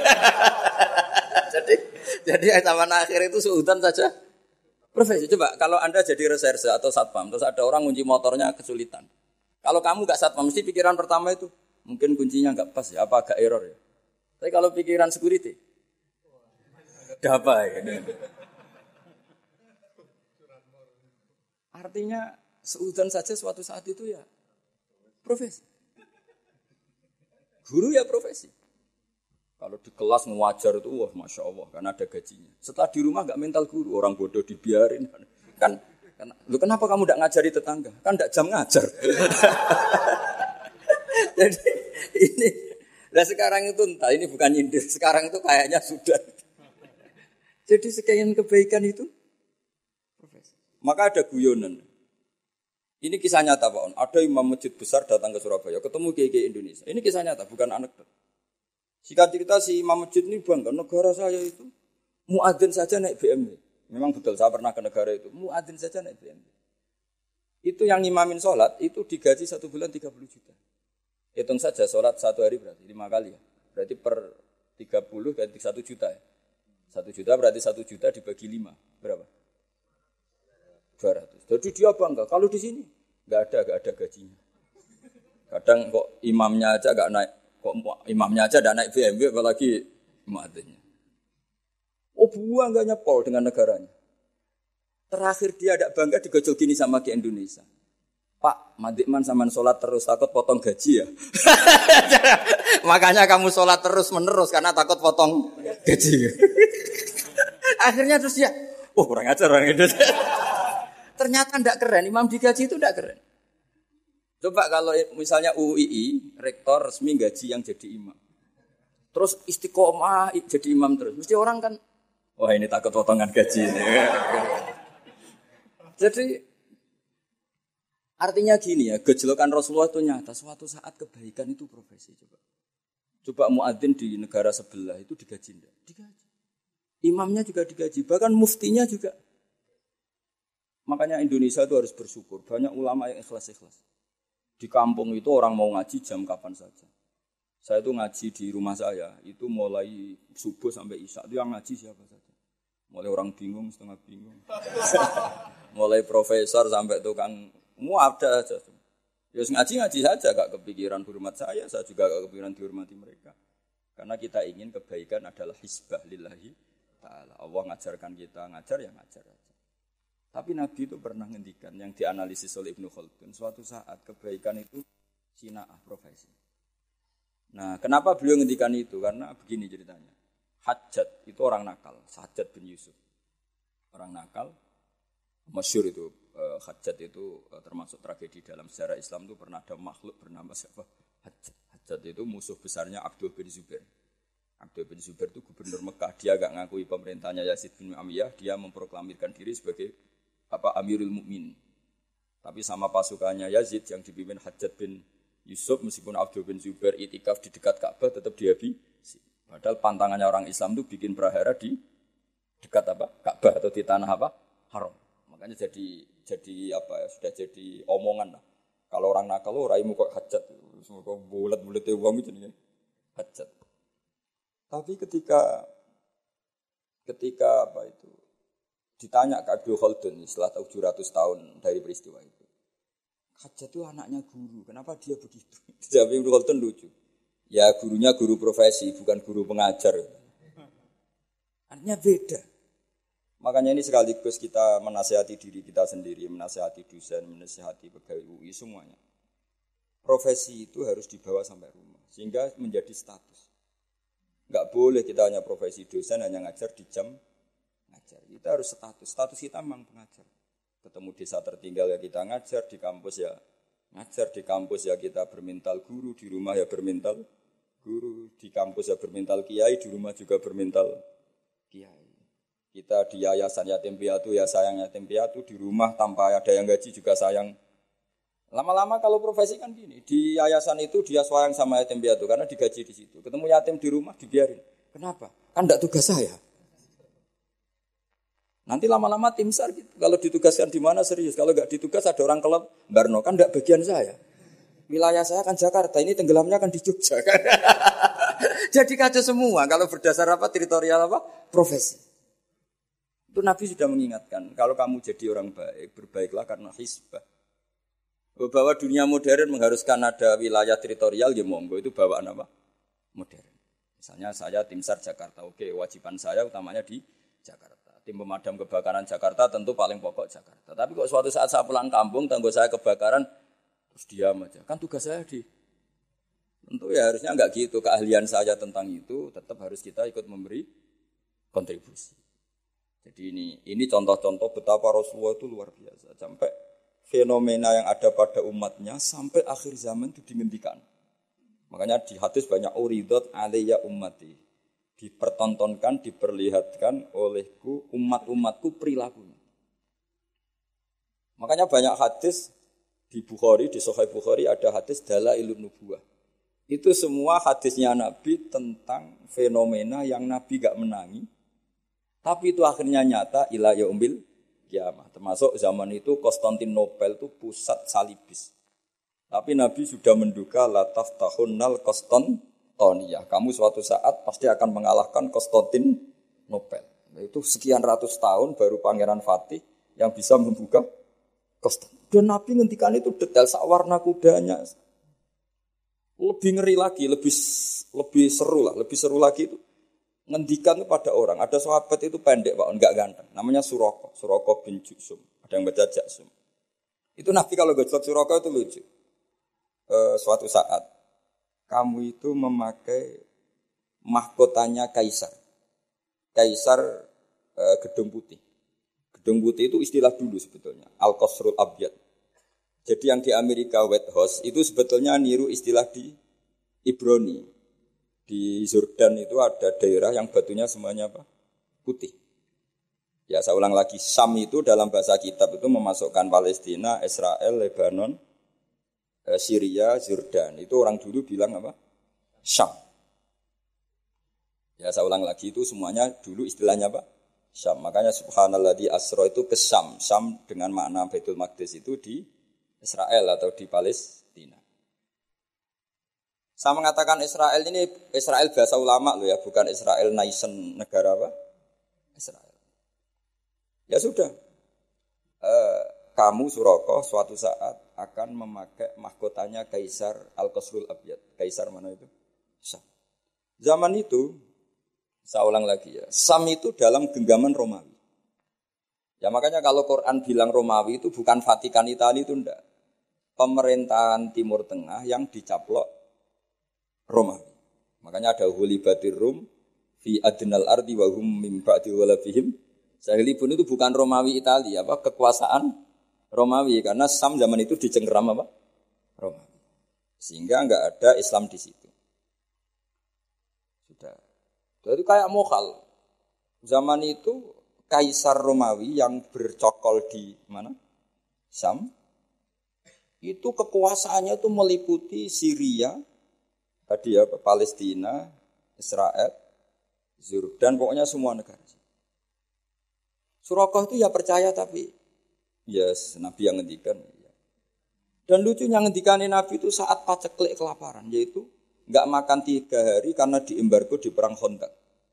A: jadi jadi zaman akhir itu suudan saja. Profesi, coba kalau Anda jadi reserse atau satpam, terus ada orang ngunci motornya kesulitan. Kalau kamu gak satpam, mesti pikiran pertama itu, mungkin kuncinya gak pas ya, apa agak error ya. Tapi kalau pikiran security, ada apa ya. Artinya, seudan saja suatu saat itu ya, profesi. Guru ya profesi. Kalau di kelas ngewajar itu, wah Masya Allah, karena ada gajinya. Setelah di rumah gak mental guru, orang bodoh dibiarin. Kan, kan lu kenapa kamu gak ngajari tetangga? Kan gak jam ngajar. Jadi ini, nah sekarang itu entah, ini bukan nyindir, sekarang itu kayaknya sudah. Jadi sekian kebaikan itu, profesi. Maka ada guyonan. Ini kisah nyata Pak On. Ada imam masjid besar datang ke Surabaya, ketemu kiai-kiai Indonesia. Ini kisah nyata, bukan anekdot. Singkat cerita si imam masjid ini bangga, negara saya itu muadzin saja naik B M W. Memang betul, saya pernah ke negara itu. Muadzin saja naik B M W. Itu yang ngimamin sholat, itu digaji satu bulan tiga puluh juta. Hitung saja sholat satu hari berarti lima kali ya. Berarti per tiga puluh berarti satu juta ya. satu juta berarti satu juta dibagi lima. Berapa? dua ratus. Jadi dia bangga. Kalau di sini nggak ada, nggak ada gajinya. Kadang kok imamnya aja nggak naik, kok imamnya aja nggak naik B M W, apalagi muadzinnya. Oh buah nggak nyepol dengan negaranya. Terakhir dia ada bangga digojol gini sama ke Indonesia. Pak, Madikman sama sholat terus takut potong gaji ya. Makanya kamu sholat terus menerus karena takut potong gaji. Akhirnya terus ya, oh kurang ajar orang Indonesia. Ternyata tidak keren, imam digaji itu tidak keren. Coba kalau misalnya U I I, rektor resmi gaji yang jadi imam. Terus istiqomah jadi imam terus. Mesti orang kan, wah ini takut potongan gaji. Jadi, artinya gini ya, gejolokan Rasulullah itu nyata. Suatu saat kebaikan itu profesi. Coba coba muadzin di negara sebelah itu digaji enggak? Digaji. Imamnya juga digaji, bahkan muftinya juga. Makanya Indonesia itu harus bersyukur. Banyak ulama yang ikhlas-ikhlas. Di kampung itu orang mau ngaji jam kapan saja. Saya itu ngaji di rumah saya, itu mulai subuh sampai isya. Itu yang ngaji siapa saja. Mulai orang bingung, setengah bingung. Mulai profesor sampai tukang, semua ada aja. Ya ngaji-ngaji saja, gak kepikiran hormat saya, saya juga gak kepikiran dihormati mereka. Karena kita ingin kebaikan adalah hisbah lillahi ta'ala. Allah ngajarkan kita, ngajar ya ngajar aja. Tapi Nabi itu pernah ngendikan yang dianalisis oleh Ibnu Khaldun. Suatu saat kebaikan itu sina'ah profesi. Nah, kenapa beliau ngendikan itu? Karena begini ceritanya. Hajjat itu orang nakal, Hajjat bin Yusuf. Orang nakal, masyhur itu. Uh, Hajjat itu uh, termasuk tragedi dalam sejarah Islam itu pernah ada makhluk bernama siapa? Hajjat. Hajjat itu musuh besarnya Abdul bin Zubair. Abdul bin Zubair itu gubernur Mekah. Dia gak ngakui pemerintahnya Yazid bin Muawiyah. Dia memproklamirkan diri sebagai apa Amirul Mukmin. Tapi sama pasukannya Yazid yang dipimpin Hajjat bin Yusuf, meskipun Abdul bin Zubair itikaf di dekat Ka'bah tetap dihabisi. Padahal pantangannya orang Islam itu bikin prahara di dekat apa? Ka'bah atau di tanah apa? Haram. Makanya jadi jadi apa ya, sudah jadi omongan lah. Kalau orang nakal lo raimu kok Hajjat, semoga bulat-bulatnya uang itu nih Hajjat. Tapi ketika ketika apa itu ditanya ke Abdul Khaldun setelah tujuh ratus tahun dari peristiwa itu, Hajjat itu anaknya guru, kenapa dia begitu? Dijawab Abdul Khaldun lucu. Ya gurunya guru profesi, bukan guru pengajar. Artinya beda. Makanya ini sekaligus kita menasihati diri kita sendiri, menasihati dosen, menasihati pegawai U I semuanya. Profesi itu harus dibawa sampai rumah, sehingga menjadi status. Enggak boleh kita hanya profesi dosen, hanya ngajar di jam ngajar. Kita harus status. Status kita memang pengajar. Ketemu desa tertinggal ya kita ngajar, di kampus ya ngajar, di kampus ya kita bermental guru, di rumah ya bermental guru, di kampus ya bermental kiai, di rumah juga bermental kiai. Kita di yayasan yatim piatu ya sayang yatim piatu, di rumah tanpa ada yang gaji juga sayang. Lama-lama kalau profesi kan gini, di yayasan itu dia sayang sama yatim piatu karena digaji di situ. Ketemu yatim di rumah dibiarin. Kenapa? Kan enggak tugas saya. Nanti lama-lama tim SAR gitu. Kalau ditugaskan di mana serius, kalau enggak ditugas ada orang kelab, Barno kan enggak bagian saya. Wilayah saya kan Jakarta, ini tenggelamnya kan di Jogja. Jadi kacau semua kalau berdasar apa teritorial apa profesi. Itu Nabi sudah mengingatkan, kalau kamu jadi orang baik, berbaiklah karena hisbah. Bahwa dunia modern mengharuskan ada wilayah teritorial, ya monggo, itu bawaan apa? Modern. Misalnya saya tim SAR Jakarta, oke, kewajiban saya utamanya di Jakarta. Tim pemadam kebakaran Jakarta tentu paling pokok Jakarta. Tapi kok suatu saat saya pulang kampung, tanggo saya kebakaran, terus diam aja. Kan tugas saya di... Tentu ya harusnya enggak gitu, keahlian saya tentang itu tetap harus kita ikut memberi kontribusi. Jadi ini ini contoh-contoh betapa Rasulullah itu luar biasa. Sampai fenomena yang ada pada umatnya sampai akhir zaman itu dihentikan. Makanya di hadis banyak uridat alayya ummati. Dipertontonkan, diperlihatkan olehku umat-umatku perilakunya. Makanya banyak hadis di Bukhari, di Sahih Bukhari ada hadis dalailun nubuwah. Itu semua hadisnya Nabi tentang fenomena yang Nabi gak menangi. Tapi itu akhirnya nyata ila yaumil kiamah. Termasuk zaman itu Konstantinopel itu pusat salibis. Tapi Nabi sudah menduga la taftahunnal Konstantiniyah. Kamu suatu saat pasti akan mengalahkan Konstantinopel. Itu sekian ratus tahun baru Pangeran Fatih yang bisa membuka Konstantinopel. Dan Nabi ngendikan itu detail sak warna kudanya. Lebih ngeri lagi, lebih lebih seru lah, lebih seru lagi itu. Ngendikan kepada orang, ada sahabat itu pendek Pak, enggak ganteng, namanya Suroko, Suroko bin Jusum, ada yang baca Jaksum. Itu Nabi kalau gojlok Suroko itu lucu. E, suatu saat, kamu itu memakai mahkotanya Kaisar. Kaisar e, Gedung Putih. Gedung Putih itu istilah dulu sebetulnya, Al-Qasrul Abyad. Jadi yang di Amerika White House itu sebetulnya niru istilah di Ibrani. Di Jordan itu ada daerah yang batunya semuanya apa? Putih. Ya saya ulang lagi, Syam itu dalam bahasa kitab itu memasukkan Palestina, Israel, Lebanon, eh, Syria, Jordan. Itu orang dulu bilang apa? Syam. Ya saya ulang lagi, itu semuanya dulu istilahnya apa? Syam. Makanya subhanalladzi asra itu ke Syam. Syam dengan makna Baitul Maqdis itu di Israel atau di Palestina. Saya mengatakan Israel ini, Israel bahasa ulama loh ya, bukan Israel nation negara apa? Israel. Ya sudah, e, kamu Suroko suatu saat akan memakai mahkotanya Kaisar Al-Qasrul Abyad. Kaisar mana itu? Syam. Zaman itu, saya ulang lagi ya, Sam itu dalam genggaman Romawi. Ya makanya kalau Quran bilang Romawi itu bukan Vatikan Italia itu enggak. Pemerintahan Timur Tengah yang dicaplok Romawi. Makanya ada hulibatir Rum fi adnal ardi wa hum min ba'di walafihim. Sahilibun itu bukan Romawi Italia, apa kekuasaan Romawi karena Sam zaman itu dicengkeram apa? Romawi. Sehingga enggak ada Islam di situ. Sudah. Jadi kayak Mokhal. Zaman itu Kaisar Romawi yang bercokol di mana? Sam. Itu kekuasaannya itu meliputi Syria, tadi ya Palestina, Israel, Jordan, pokoknya semua negara. Suraqah itu ya percaya tapi ya yes, Nabi yang ngendikan. Ya. Dan lucunya ngendikanin Nabi itu saat paceklik kelaparan, yaitu enggak makan tiga hari karena diembargo di perang Khandaq.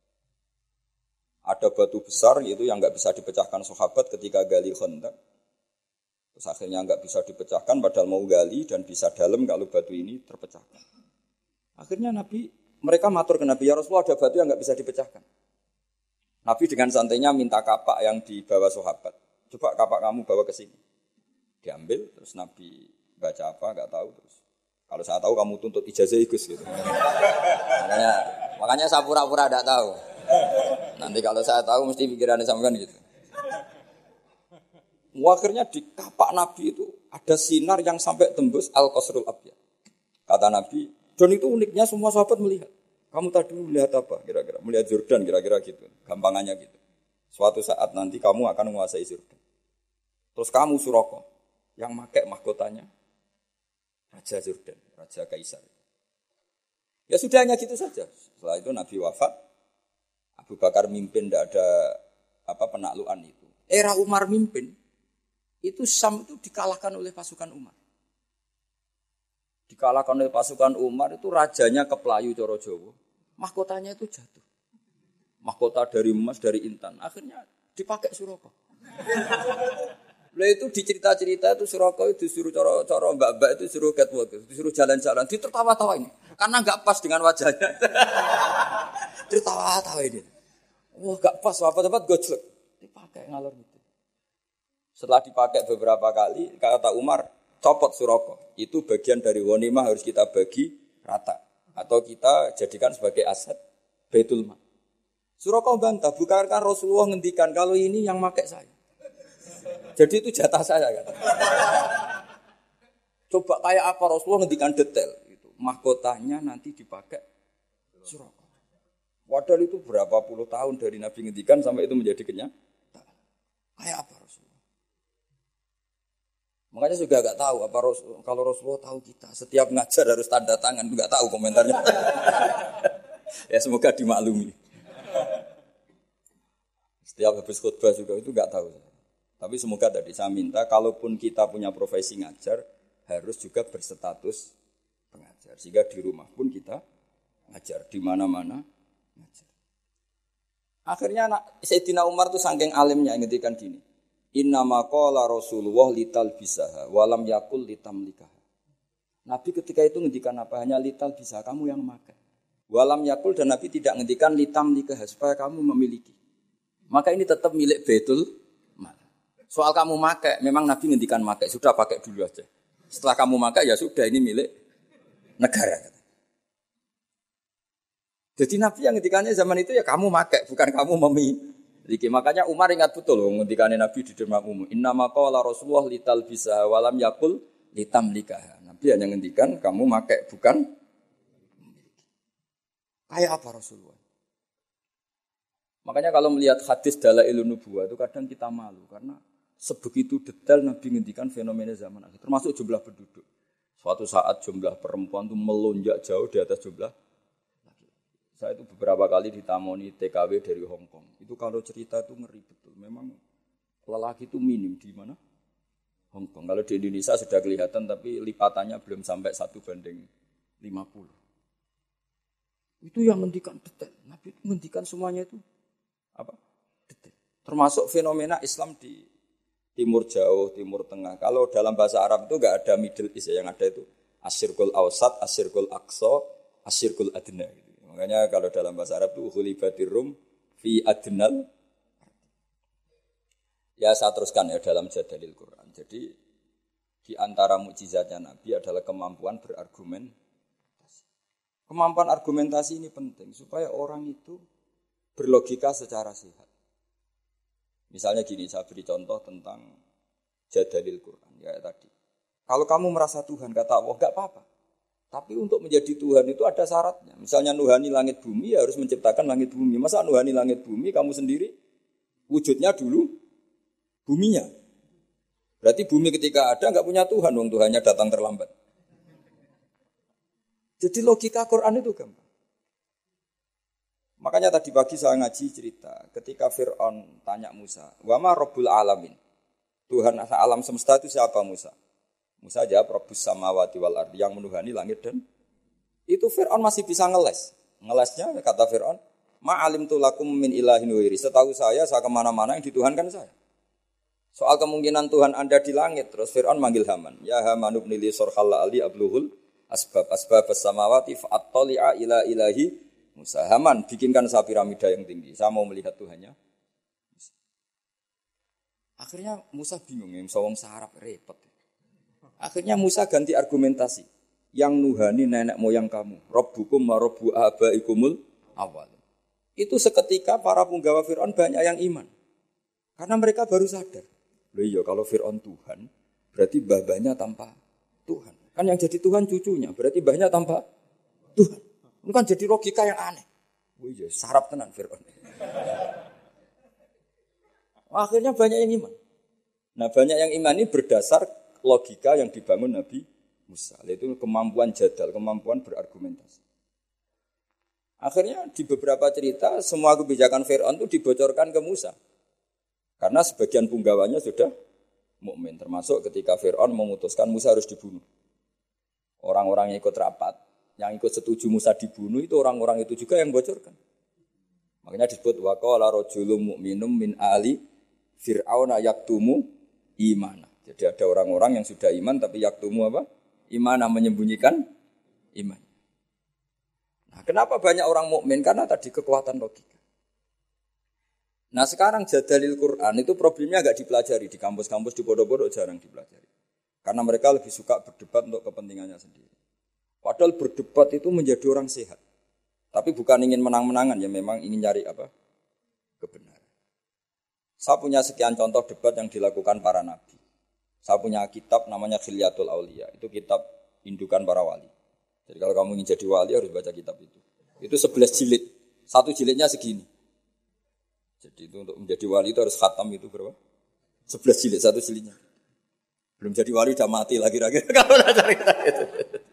A: Ada batu besar itu yang enggak bisa dipecahkan sahabat ketika gali Khandaq. Terus akhirnya enggak bisa dipecahkan padahal mau gali dan bisa dalam kalau batu ini terpecahkan. Akhirnya Nabi, mereka matur ke Nabi, ya Rasulullah ada batu yang enggak bisa dipecahkan. Nabi dengan santainya minta kapak yang dibawa sahabat. Coba kapak kamu bawa ke sini. Diambil, terus Nabi baca apa enggak tahu terus. Kalau saya tahu kamu tuntut ijazah igus gitu. Makanya, makanya saya pura-pura enggak tahu. Nanti kalau saya tahu mesti pikirannya sampean gitu. Akhirnya di kapak Nabi itu ada sinar yang sampai tembus Al-Qasrul Abyad. Kata Nabi, dan itu uniknya semua sahabat melihat. Kamu tadi melihat apa kira-kira? Melihat Jordan kira-kira gitu. Gampangannya gitu. Suatu saat nanti kamu akan menguasai Jordan. Terus kamu Suraqah yang pakai mahkotanya Raja Jordan, Raja Kaisar. Ya sudah hanya gitu saja. Setelah itu Nabi wafat. Abu Bakar mimpin, tidak ada apa penaklukan itu. Era Umar mimpin, itu Sam itu dikalahkan oleh pasukan Umar. Dikalahkan oleh pasukan Umar itu rajanya kepelayu coro Jawa. Mahkotanya itu jatuh. Mahkota dari emas, dari intan. Akhirnya dipakai Suraqah. Lah itu dicerita-cerita itu Suraqah itu disuruh coro-coro mbak-mbak itu suruh catwalk, disuruh jalan-jalan, ditertawa-tawa ini. Karena enggak pas dengan wajahnya. Tertawa-tawa ini. Wah, gak pas, apa-apa gojlek. Dipakai ngalor gitu. Setelah dipakai beberapa kali, kata Umar, copot Suraqah. Itu bagian dari ghanimah harus kita bagi rata. Atau kita jadikan sebagai aset Baitul Mal. Suraqah bantah, bukankah Rasulullah ngendikan kalau ini yang pakai saya. Jadi itu jatah saya kata. Coba kayak apa Rasulullah ngendikan detail. Gitu. Mahkotanya nanti dipakai Suraqah. Padahal itu berapa puluh tahun dari Nabi ngendikan sampai itu menjadi kenyataan. Kayak apa Rasulullah? Makanya juga enggak tahu apa Rasul, kalau Rasulullah tahu kita setiap ngajar harus tanda tangan, enggak tahu komentarnya. Ya semoga dimaklumi. Setiap habis khutbah juga itu enggak tahu. Tapi semoga tadi saya minta kalaupun kita punya profesi ngajar harus juga berstatus pengajar. Sehingga di rumah pun kita ngajar di mana-mana. Akhirnya Sayyidina Umar tuh saking alimnya ngendikan gini. Innama qala Rasulullah lital bisaha walam yakul litamlikaha. Nabi ketika itu ngendikan apa? Hanya lital bisa kamu yang memakai. Walam yakul dan Nabi tidak ngendikan litamlikaha supaya kamu memiliki. Maka ini tetap milik Baitul Mal. Soal kamu pakai, memang Nabi ngendikan pakai, sudah pakai dulu aja. Setelah kamu pakai ya sudah ini milik negara. Jadi Nabi yang ngendikannya zaman itu ya kamu pakai, bukan kamu memiliki. Makanya Umar ingat betul loh ngendikannya Nabi di depan umum. Innama qala Rasulullah lital bisa walam yakul litamlikaha. Nabi hanya ngendikan kamu pakai, bukan memiliki. Kayak apa Rasulullah? Makanya kalau melihat hadis Dalailun Nubuwah itu kadang kita malu karena sebegitu detail Nabi ngendikan fenomena zaman akhir, termasuk jumlah penduduk. Suatu saat jumlah perempuan itu melonjak jauh di atas jumlah. Saya itu beberapa kali ditamoni T K W dari Hong Kong. Itu kalau cerita itu ngeri betul. Memang lelaki itu minim di mana? Hong Kong. Kalau di Indonesia sudah kelihatan tapi lipatannya belum sampai satu banding lima puluh. Itu yang menghentikan detail. Nabi menghentikan semuanya itu apa? Detail. Termasuk fenomena Islam di Timur Jauh, Timur Tengah. Kalau dalam bahasa Arab itu enggak ada Middle East ya, yang ada itu Asyirkul Awsat, Asyirkul Aqsa, Asyirkul Adna gitu. Makanya kalau dalam bahasa Arab itu ghulibatir rum fi adnal. Ya saya teruskan ya dalam jadalil Quran. Jadi di antara mukjizatnya Nabi adalah kemampuan berargumen. Kemampuan argumentasi ini penting supaya orang itu berlogika secara sehat. Misalnya gini, saya beri contoh tentang jadalil Quran ya tadi. Kalau kamu merasa Tuhan, kata Allah, enggak apa-apa. Tapi untuk menjadi Tuhan itu ada syaratnya. Misalnya nuhani langit bumi, ya harus menciptakan langit bumi. Masa nuhani langit bumi, kamu sendiri wujudnya dulu buminya. Berarti bumi ketika ada enggak punya Tuhan, wong Tuhannya datang terlambat. Jadi logika Quran itu gampang. Makanya tadi pagi saya ngaji cerita, ketika Fir'aun tanya Musa, wa ma rabbul alamin? Tuhan alam semesta itu siapa Musa? Musa jawab Rabbus samawati wal ardi, yang menuhani langit dan itu Fir'aun masih bisa ngeles. Ngelesnya kata Fir'aun, ma alimtu lakum min ilahin wairi. Setahu saya, saya kemana-mana yang dituhankan saya. Soal kemungkinan Tuhan Anda di langit, terus Fir'aun manggil Haman. Ya Haman ibn li surhal ali abluhul asbab asbab as-samawati fa'attali'a ila ilahi Musa. Haman, bikinkan saya piramida yang tinggi. Saya mau melihat Tuhannya. Akhirnya Musa bingung, yang sawang sarap repot. Akhirnya Musa ganti argumentasi. Yang nuhani nenek moyang kamu. Rabbukum wa rabbu abaikumul awal. Itu seketika para punggawa Fir'aun banyak yang iman. Karena mereka baru sadar. Loh iya, kalau Fir'aun Tuhan, berarti babanya tanpa Tuhan. Kan yang jadi Tuhan cucunya, berarti mbahnya tanpa Tuhan. Ini kan jadi logika yang aneh. Oh iya, sarap tenan Fir'aun. Akhirnya banyak yang iman. Nah banyak yang iman ini berdasar logika yang dibangun Nabi Musa. Yaitu kemampuan jadal, kemampuan berargumentasi. Akhirnya di beberapa cerita, semua kebijakan Fir'aun itu dibocorkan ke Musa. Karena sebagian punggawanya sudah mukmin, termasuk ketika Fir'aun memutuskan Musa harus dibunuh. Orang-orang yang ikut rapat, yang ikut setuju Musa dibunuh itu orang-orang itu juga yang bocorkan. Makanya disebut waqala rajulun mu'minum min ali fir'auna yaktumu imana. Jadi ada orang-orang yang sudah iman tapi yaktumu apa? Imana, menyembunyikan iman. Nah, kenapa banyak orang mukmin? Karena tadi kekuatan logika. Nah, sekarang jadalil Quran itu problemnya agak dipelajari di kampus-kampus, di pondok-pondok jarang dipelajari. Karena mereka lebih suka berdebat untuk kepentingannya sendiri. Padahal berdebat itu menjadi orang sehat. Tapi bukan ingin menang-menangan, ya memang ingin nyari apa? Kebenaran. Saya punya sekian contoh debat yang dilakukan para nabi. Saya punya kitab namanya Khilyatul Auliya. Itu kitab indukan para wali. Jadi kalau kamu ingin jadi wali harus baca kitab itu. Itu sebelas jilid. Satu jilidnya segini. Jadi itu untuk menjadi wali itu harus khatam itu berapa? sebelas jilid, satu jilidnya. Belum jadi wali udah mati lagi-lagi. Kalau udah cari itu.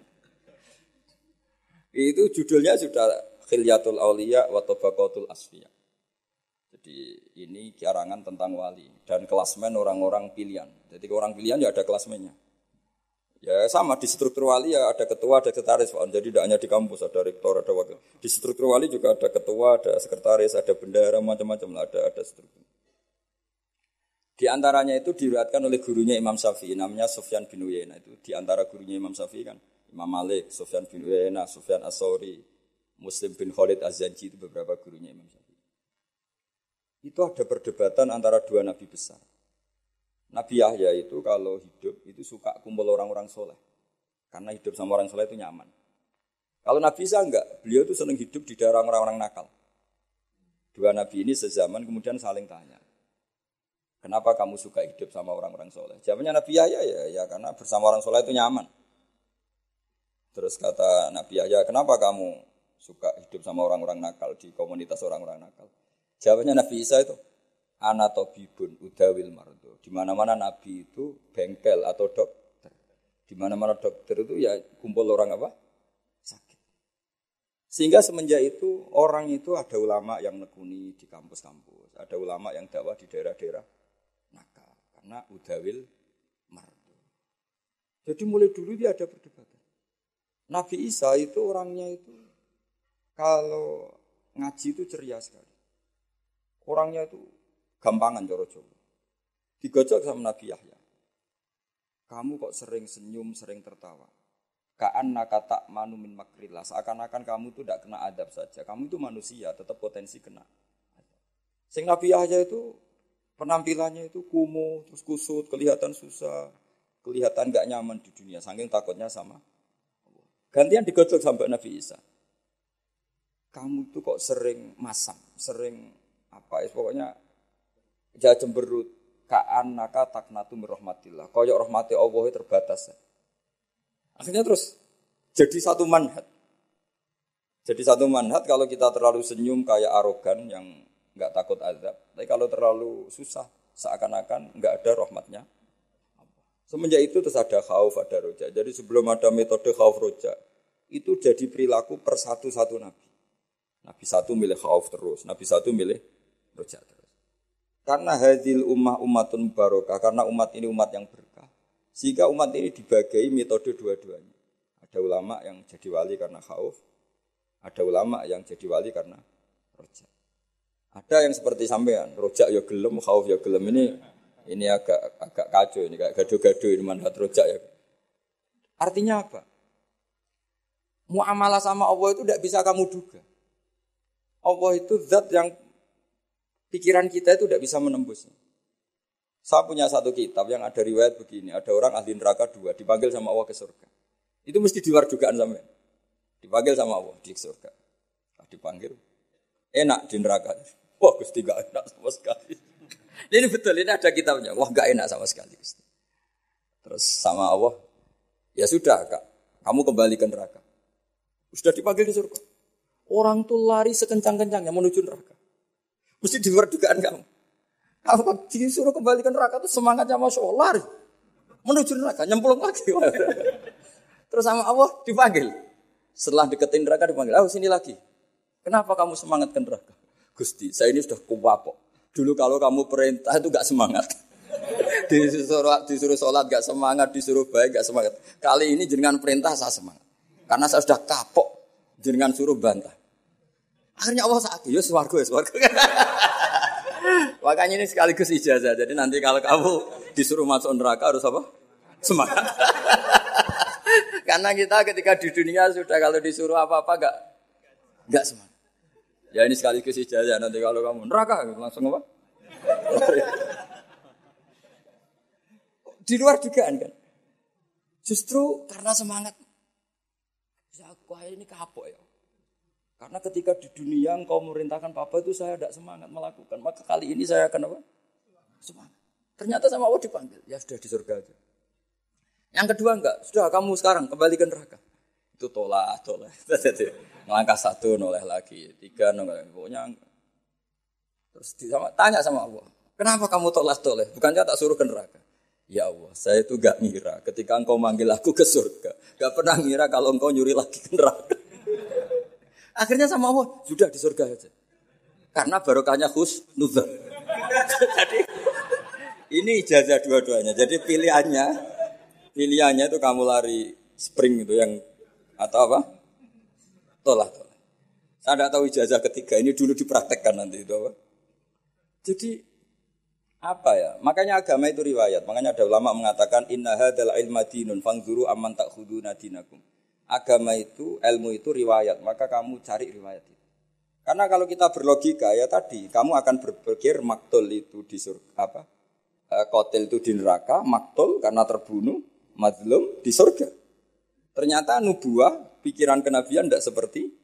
A: Itu judulnya sudah Khilyatul Auliya wa Tabaqatul Asfiya. Jadi ini kiarangan tentang wali dan kelasmen orang-orang pilihan. Jadi orang pilihan ya ada kelasmennya. Ya sama di struktur wali ya ada ketua, ada sekretaris. Jadi tidak hanya di kampus ada rektor, ada wakil. Di struktur wali juga ada ketua, ada sekretaris, ada bendahara, macam-macam lah, ada ada struktur. Di antaranya itu diriwayatkan oleh gurunya Imam Syafi'i namanya Sufyan bin Uyainah. Itu di antara gurunya Imam Syafi'i kan Imam Malik, Sufyan bin Uyainah, Sufyan As-Sauri, Muslim bin Khalid Az-Zanji itu beberapa gurunya Imam Syafi'i. Itu ada perdebatan antara dua nabi besar. Nabi Yahya itu kalau hidup itu suka kumpul orang-orang soleh. Karena hidup sama orang soleh itu nyaman. Kalau Nabi Isa enggak, beliau itu senang hidup di daerah orang-orang nakal. Dua nabi ini sezaman kemudian saling tanya. Kenapa kamu suka hidup sama orang-orang soleh? Jawabnya Nabi Yahya ya, ya karena bersama orang soleh itu nyaman. Terus kata Nabi Yahya, kenapa kamu suka hidup sama orang-orang nakal di komunitas orang-orang nakal? Jawabnya Nabi Isa itu, ana tabibun udawil mardo. Di mana-mana Nabi itu bengkel atau dokter. Di mana-mana dokter itu ya kumpul orang apa? Sakit. Sehingga semenjak itu orang itu ada ulama yang nekuni di kampus-kampus, ada ulama yang dakwah di daerah-daerah nakal karena udawil mardo. Jadi mulai dulu dia ada perdebatan. Nabi Isa itu orangnya itu kalau ngaji itu ceria sekali. Orangnya itu gampangan coro Jawa. Digojok sama Nabi Yahya. Kamu kok sering senyum, sering tertawa. Ka'annaka ta'manu min makrillah. Seakan-akan kamu itu tidak kena adab saja. Kamu itu manusia, tetap potensi kena. Sing Nabi Yahya itu penampilannya itu kumuh, terus kusut, kelihatan susah, kelihatan enggak nyaman di dunia, saking takutnya sama Allah. Gantian digojok sampai Nabi Isa. Kamu itu kok sering masam, sering apa ya, pokoknya jangan cemberut. Ka'annaka taknatu min rahmatillah. Koyok rahmati Allah terbatas. Akhirnya terus jadi satu manhaj. Jadi satu manhaj kalau kita terlalu senyum kayak arogan yang enggak takut azab. Tapi kalau terlalu susah seakan-akan enggak ada rahmatnya. Semenjak itu terus ada khauf, ada roja. Jadi sebelum ada metode khauf roja, itu jadi perilaku per satu-satu nabi. Nabi satu milih khauf terus, nabi satu milih roja terus. Karena hadil ummah ummatun barokah, karena umat ini umat yang berkah. Sehingga umat ini dibagi metode dua-duanya. Ada ulama yang jadi wali karena khauf, ada ulama yang jadi wali karena roja. Ada yang seperti sampean, roja ya gelem, khauf ya gelem. Ini ini agak agak kacau ini, kayak gado-gado ini manhaj roja ya. Artinya apa? Muamalah sama Allah itu tidak bisa kamu duga. Allah itu zat yang pikiran kita itu tidak bisa menembusnya. Saya punya satu kitab yang ada riwayat begini, ada orang ahli neraka dua, dipanggil sama Allah ke surga. Itu mesti di luar dugaan sampean. Dipanggil sama Allah di surga. Dipanggil, enak di neraka. Wah Gusti gak enak sama sekali. Ini betul, ini ada kitabnya. Wah gak enak sama sekali Gusti. Terus sama Allah, ya sudah Kak, kamu kembali ke neraka. Sudah dipanggil di surga. Orang tuh lari sekencang-kencangnya menuju neraka. Mesti di luar dugaan kamu. Kalau disuruh kembali ke neraka itu semangatnya Masya Allah lari. Menuju neraka, nyemplung lagi. Terus sama Allah dipanggil. Setelah deketin neraka dipanggil, oh sini lagi. Kenapa kamu semangat ke neraka? Gusti, saya ini sudah kuwapok. Dulu kalau kamu perintah itu gak semangat. Disuruh, disuruh sholat gak semangat, disuruh baik gak semangat. Kali ini jenengan perintah saya semangat. Karena saya sudah kapok, jenengan suruh bantah. Akhirnya Allah sakit, ya swarga ya swarga. Makanya ini sekaligus ijazah. Jadi nanti kalau kamu disuruh masuk neraka harus apa? Semangat. Karena kita ketika di dunia sudah kalau disuruh apa-apa enggak enggak semangat. Ya ini sekaligus ijazah nanti kalau kamu neraka langsung apa? Di luar dugaan kan. Justru karena semangat. Ya aku ini kapok ya. Karena ketika di dunia engkau memerintahkan papa itu saya tidak semangat melakukan. Maka kali ini saya akan apa? Semangat. Ternyata sama Allah dipanggil. Ya sudah di surga aja. Yang kedua enggak. Sudah kamu sekarang kembali ke neraka. Itu tolak, tolak. Melangkah satu, noleh lagi. Tiga, noleh. Pokoknya. Terus sama, tanya sama Allah. Kenapa kamu tolak, toleh? Bukannya tak suruh ke neraka. Ya Allah, saya itu enggak ngira. Ketika engkau manggil aku ke surga. Enggak pernah ngira kalau engkau nyuri lagi ke neraka. Akhirnya sama Allah, sudah di surga aja. Karena barokahnya husnuzon. Jadi ini ijazah dua-duanya. Jadi pilihannya, pilihannya itu kamu lari spring itu yang atau apa? Tolak tolak. Saya tidak tahu ijazah ketiga ini dulu dipraktekkan nanti itu apa? Jadi apa ya? Makanya agama itu riwayat. Makanya ada ulama mengatakan inna hadzal ilma dinun fanzuru amman ta'khuduna dinakum. Agama itu, ilmu itu riwayat, maka kamu cari riwayat itu. Karena kalau kita berlogika ya tadi, kamu akan berpikir maktul itu di surga, apa? E, kotil itu di neraka, maktul karena terbunuh, mazlum di surga. Ternyata nubuah, pikiran kenabian tidak seperti itu.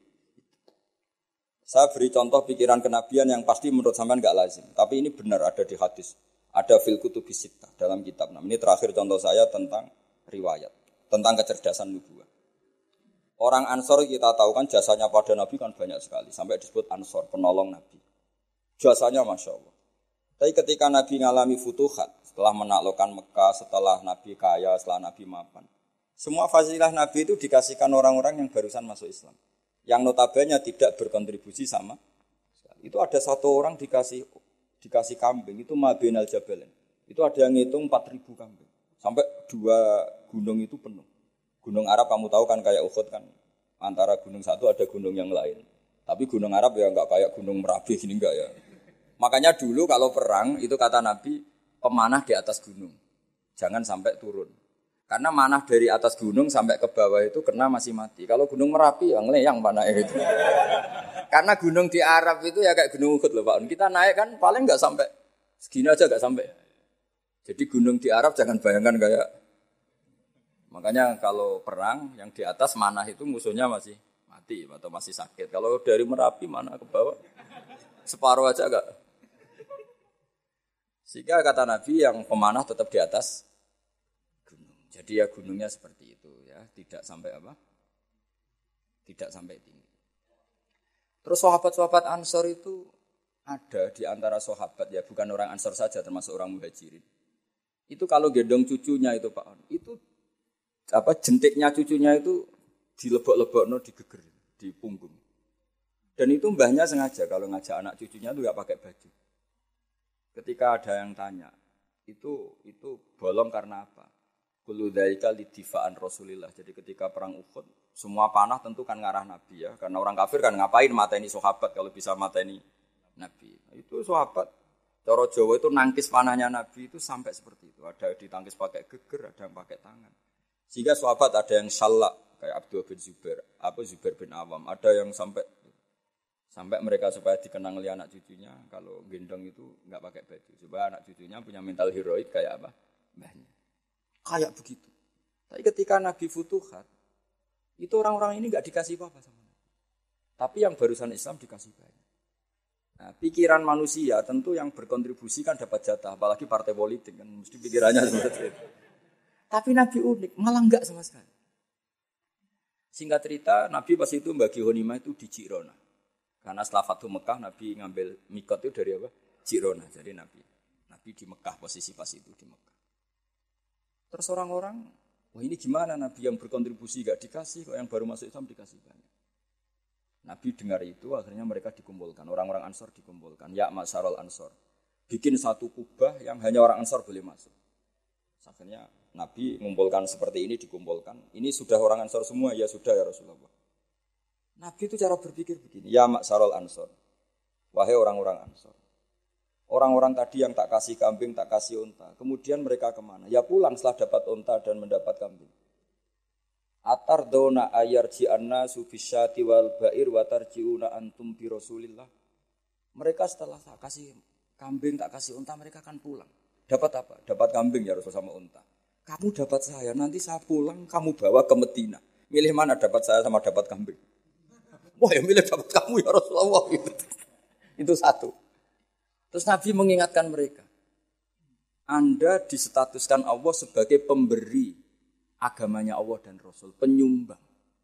A: Saya beri contoh pikiran kenabian yang pasti menurut sampean enggak lazim, tapi ini benar ada di hadis, ada fil kutubis sittah dalam kitab. Nah, ini terakhir contoh saya tentang riwayat, tentang kecerdasan nubuah. Orang Ansor kita tahu kan jasanya pada Nabi kan banyak sekali. Sampai disebut Ansor, penolong Nabi. Jasanya Masya Allah. Tapi ketika Nabi ngalami futuhat, setelah menaklukkan Mekah, setelah Nabi kaya, setelah Nabi mapan. Semua fasilah Nabi itu dikasihkan orang-orang yang barusan masuk Islam. Yang notabene tidak berkontribusi sama. Itu ada satu orang dikasih dikasih kambing, itu Mabinal Jabalen. Itu ada yang ngitung empat ribu kambing. Sampai dua gunung itu penuh. Gunung Arab kamu tahu kan kayak Uhud kan. Antara gunung satu ada gunung yang lain. Tapi gunung Arab ya enggak kayak gunung Merapi gini enggak ya. Makanya dulu kalau perang itu kata Nabi pemanah di atas gunung. Jangan sampai turun. Karena manah dari atas gunung sampai ke bawah itu kena masih mati. Kalau gunung Merapi ya ngeleyang panahnya itu. Karena gunung di Arab itu ya kayak gunung Uhud loh Pak. Kita naik kan paling nggak sampai segini aja nggak sampai. Jadi gunung di Arab jangan bayangkan kayak. Makanya kalau perang yang di atas manah itu musuhnya masih mati atau masih sakit. Kalau dari Merapi mana ke bawah separuh aja enggak. Sehingga kata Nabi yang pemanah tetap di atas gunung. Jadi ya gunungnya seperti itu ya, tidak sampai apa? Tidak sampai tinggi. Terus sahabat-sahabat Ansor itu ada di antara sahabat ya, bukan orang Ansor saja termasuk orang Muhajirin. Itu kalau gendong cucunya itu Pak, itu apa jentiknya cucunya itu dilebok-lebokno digeger di punggung. Dan itu mbahnya sengaja kalau ngajak anak cucunya itu enggak pakai baju. Ketika ada yang tanya, itu itu bolong karena apa? Kullu dzalika lidifa'an Rasulillah. Jadi ketika perang Uhud, semua panah tentu kan ngarah Nabi ya, karena orang kafir kan ngapain mateni sahabat kalau bisa mateni Nabi. Itu sahabat cara Jawa itu nangkis panahnya Nabi itu sampai seperti itu. Ada ditangkis pakai geger, ada yang pakai tangan. Sehingga sahabat ada yang salak kayak Abdul bin Zubair, apa Zubair bin Awam, ada yang sampai sampai mereka supaya dikenang oleh anak cucunya kalau gendong itu enggak pakai baju supaya anak cucunya punya mental heroik kayak apa mbahnya. Kayak begitu. Tapi ketika Nabi futuhat itu orang-orang ini enggak dikasih apa-apa sama Nabi. Tapi yang barusan Islam dikasih banyak. Nah, pikiran manusia tentu yang berkontribusi kan dapat jatah, apalagi partai politik kan mesti pikirannya seperti itu. Tapi Nabi unik, malah enggak sama sekali. Singkat cerita, Nabi pas itu bagi ghanimah itu di Jirona. Karena setelah Fathu Mekah, Nabi ngambil mikot itu dari apa? Jirona. Jadi Nabi Nabi di Mekah, posisi pas itu di Mekah. Terus orang-orang, wah ini gimana Nabi yang berkontribusi enggak dikasih, kok yang baru masuk Islam dikasih banyak. Nabi dengar itu, akhirnya mereka dikumpulkan. Orang-orang Ansor dikumpulkan. Ya Masyarul Ansor. Bikin satu kubah yang hanya orang Ansor boleh masuk. Akhirnya Nabi mengumpulkan seperti ini, dikumpulkan. Ini sudah orang Ansor semua, ya sudah ya Rasulullah. Nabi itu cara berpikir begini. Ya Maksarul Ansor. Wahai orang-orang Ansor. Orang-orang tadi yang tak kasih kambing, tak kasih unta. Kemudian mereka kemana? Ya pulang setelah dapat unta dan mendapat kambing. Atar dona ayarji'anna sufisyati wal ba'ir watarji'una antum bi Rasulillah. Mereka setelah tak kasih kambing, tak kasih unta, mereka akan pulang. Dapat apa? Dapat kambing ya Rasul sama unta. Kamu dapat saya, nanti saya pulang kamu bawa ke Medina. Milih mana dapat saya sama dapat kambing? Wah ya milih dapat kamu ya Rasulullah. Itu satu. Terus Nabi mengingatkan mereka. Anda disetatuskan Allah sebagai pemberi agamanya Allah dan Rasul. Penyumbang.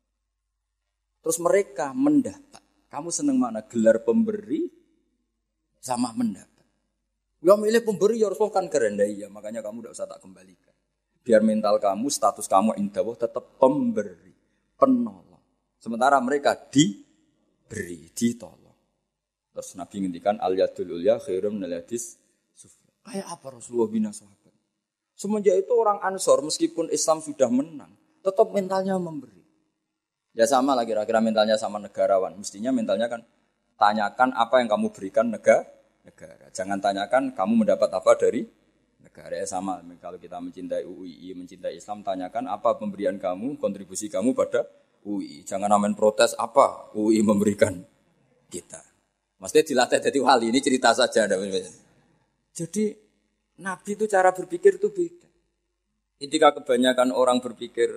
A: Terus mereka mendapat. Kamu senang mana? Gelar pemberi sama mendapat. Ya milih pemberi ya Rasul kan keren ya, makanya kamu tidak usah tak kembalikan. Biar mental kamu, status kamu indah tetap pemberi, penolong. Sementara mereka diberi, ditolong. Terus Nabi ngendikan al-yadul ulya khairum minal yadis sufla. Kayak apa Rasulullah bina sahabat? Semenjak itu orang Ansor meskipun Islam sudah menang, tetap mentalnya memberi. Ya sama lah kira-kira mentalnya sama negarawan. Mestinya mentalnya kan tanyakan apa yang kamu berikan negara. negara. Jangan tanyakan kamu mendapat apa dari negara. Ya sama, kalau kita mencintai U I I, mencintai Islam, tanyakan apa pemberian kamu, kontribusi kamu pada U I I. Jangan amen protes apa U I I memberikan kita. Maksudnya dilatih jadi wali, ini cerita saja. Jadi Nabi itu cara berpikir itu beda. Ketika kebanyakan orang berpikir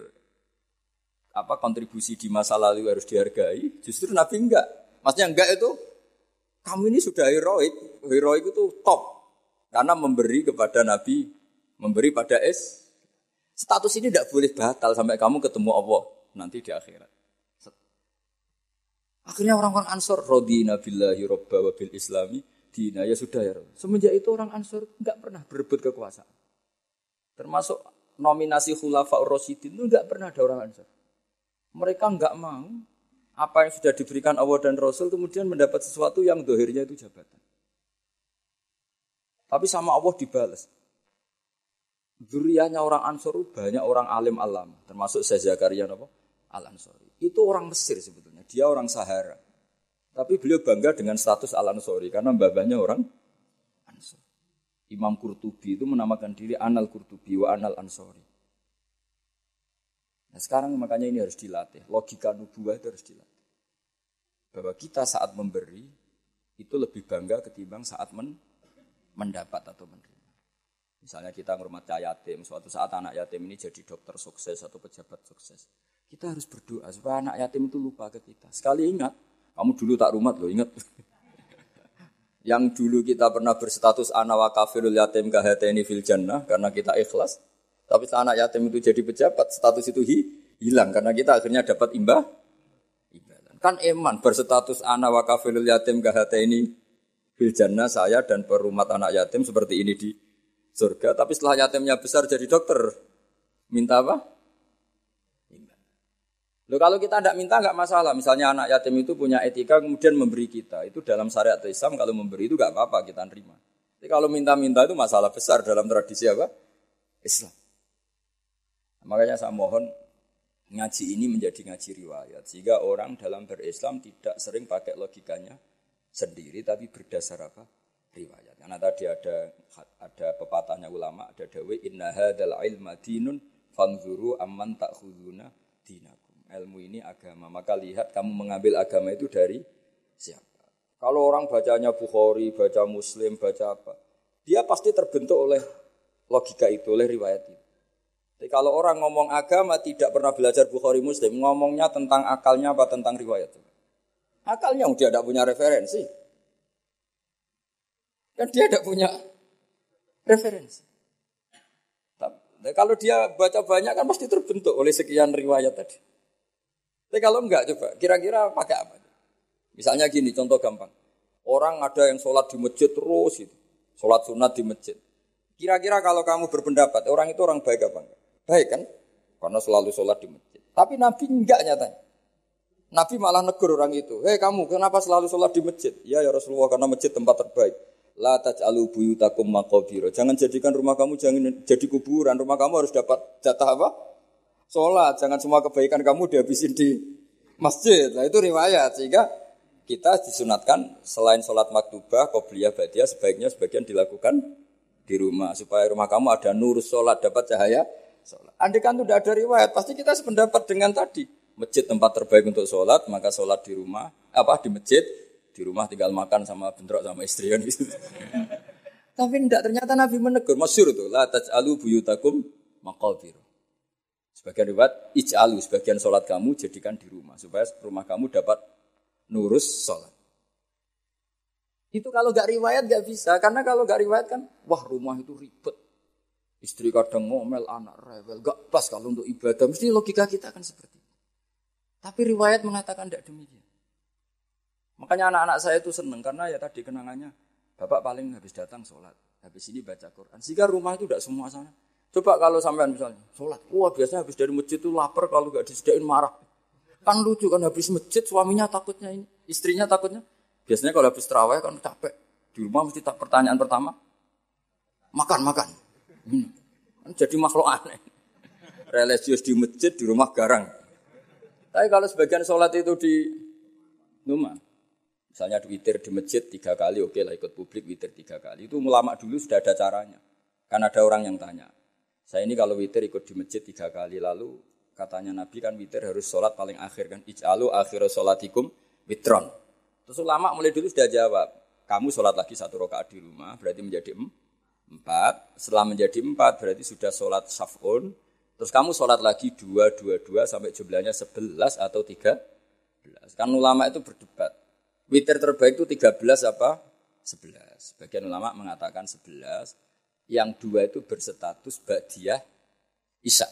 A: apa kontribusi di masa lalu harus dihargai, justru Nabi enggak. Maksudnya enggak itu kamu ini sudah heroik, heroik itu top. Karena memberi kepada Nabi, memberi pada es. Status ini tidak boleh batal sampai kamu ketemu Allah nanti di akhirat. Akhirnya orang-orang Ansor, radina billahi robba wa bil islami dina. Ya sudah ya. Semenjak itu orang Ansor enggak pernah berebut kekuasaan. Termasuk nominasi khulafaur rasyidin itu enggak pernah ada orang Ansor. Mereka enggak mau apa yang sudah diberikan Allah dan Rasul kemudian mendapat sesuatu yang dohirnya itu jabatan. Tapi sama Allah dibalas. Dzurriyyahnya orang Ansor banyak orang alim alam, termasuk Syekh Zakaria apa? Al-Ansori. Itu orang Mesir sebetulnya, dia orang Sahara. Tapi beliau bangga dengan status Al-Ansori karena babahnya orang Ansor. Imam Qurtubi itu menamakan diri Anal Qurtubi wa Anal Ansori. Nah sekarang makanya ini harus dilatih. Logika nubuah itu harus dilatih. Bahwa kita saat memberi itu lebih bangga ketimbang saat men mendapat atau menerima. Misalnya kita ngurmat yatim, suatu saat anak yatim ini jadi dokter sukses atau pejabat sukses. Kita harus berdoa supaya anak yatim itu lupa ke kita. Sekali ingat, kamu dulu tak rumat loh, ingat. Yang dulu kita pernah berstatus ana wa kafirul yatim kahateni fil jannah karena kita ikhlas. Tapi setelah anak yatim itu jadi pejabat, status itu hi, hilang karena kita akhirnya dapat imbah. Imbalan. Kan eman berstatus ana wa kafirul yatim kahateni fil jannah, saya dan perumat anak yatim seperti ini di surga. Tapi setelah yatimnya besar jadi dokter, minta apa? Imbalan. Loh kalau kita tidak minta enggak masalah. Misalnya anak yatim itu punya etika kemudian memberi kita. Itu dalam syariat Islam kalau memberi itu enggak apa-apa kita terima. Tapi kalau minta-minta itu masalah besar dalam tradisi apa? Islam. Makanya saya mohon ngaji ini menjadi ngaji riwayat. Sehingga orang dalam berislam tidak sering pakai logikanya sendiri. Tapi berdasar apa? Riwayat. Karena tadi ada ada pepatahnya ulama. Ada dawe inna hadal ilma dinun fanzuru amman ta'khuduna dinakum. Ilmu ini agama. Maka lihat kamu mengambil agama itu dari siapa. Kalau orang bacanya Bukhari, baca Muslim, baca apa. Dia pasti terbentuk oleh logika itu, oleh riwayat itu. Jadi kalau orang ngomong agama tidak pernah belajar Bukhari Muslim, ngomongnya tentang akalnya apa tentang riwayat? Akalnya dia tidak punya referensi. Kan dia tidak punya referensi. Tapi, kalau dia baca banyak kan pasti terbentuk oleh sekian riwayat tadi. Tapi kalau enggak coba, kira-kira pakai apa? Misalnya gini, contoh gampang. Orang ada yang sholat di masjid terus itu. Sholat sunat di masjid. Kira-kira kalau kamu berpendapat, orang itu orang baik apa enggak? Baik kan? Karena selalu sholat di masjid. Tapi Nabi enggak nyatanya. Nabi malah negur orang itu. Hei kamu, kenapa selalu sholat di masjid? Ya ya Rasulullah, karena masjid tempat terbaik. La taj'alu buyutakum maqabira. Jangan jadikan rumah kamu jangan jadi kuburan. Rumah kamu harus dapat jatah apa? Sholat. Jangan semua kebaikan kamu dihabisin di masjid. Nah itu riwayat. Sehingga kita disunatkan selain sholat maktubah, qobliyah, ba'diyah, sebaiknya sebagian dilakukan di rumah. Supaya rumah kamu ada nur sholat, dapat cahaya sholat. Andai kan tidak ada riwayat, pasti kita sependapat dengan tadi. Masjid tempat terbaik untuk sholat, maka sholat di rumah, apa di masjid, di rumah tinggal makan sama bentrok sama istri kan gitu. Tapi tidak, ternyata Nabi menegur, masyhur itu, la taj'alu buyutakum maqabir. Sebagian riwayat, ij'alu, sebagian sholat kamu jadikan di rumah, supaya rumah kamu dapat nurus sholat. Itu kalau gak riwayat gak bisa, karena kalau gak riwayat kan, wah rumah itu ribet. Istri kadang ngomel, anak rewel, gak pas kalau untuk ibadah. Mesti logika kita kan seperti itu. Tapi riwayat mengatakan tidak demikian. Makanya anak-anak saya itu senang, karena ya tadi kenangannya, bapak paling habis datang sholat, habis ini baca Quran. Sehingga rumah itu tidak semua sana. Coba kalau sampean misalnya, sholat, wah biasanya habis dari masjid itu lapar, kalau gak disediain marah. Kan lucu kan habis masjid, suaminya takutnya ini, istrinya takutnya. Biasanya kalau habis tarawih kan capek. Di rumah mesti tak pertanyaan pertama, makan, makan. Hmm. Jadi makhluk aneh. Religius di masjid, di rumah garang. Tapi kalau sebagian sholat itu di rumah, misalnya witir di masjid tiga kali, oke lah ikut publik witir tiga kali. Itu ulama dulu sudah ada caranya. Kan ada orang yang tanya, saya ini kalau witir ikut di masjid tiga kali, lalu katanya Nabi kan witir harus sholat paling akhir kan. Ij'alu akhiru sholatikum witron. Terus ulama mulai dulu sudah jawab, kamu sholat lagi satu rakaat di rumah, berarti menjadi empat. Setelah menjadi empat, berarti sudah sholat syaf'un. Terus kamu sholat lagi dua, dua, dua, sampai jumlahnya sebelas atau tiga belas. Kan ulama itu berdebat. Witir terbaik itu tiga belas apa? sebelas. Sebagian ulama mengatakan sebelas. Yang dua itu berstatus ba'diyah isya.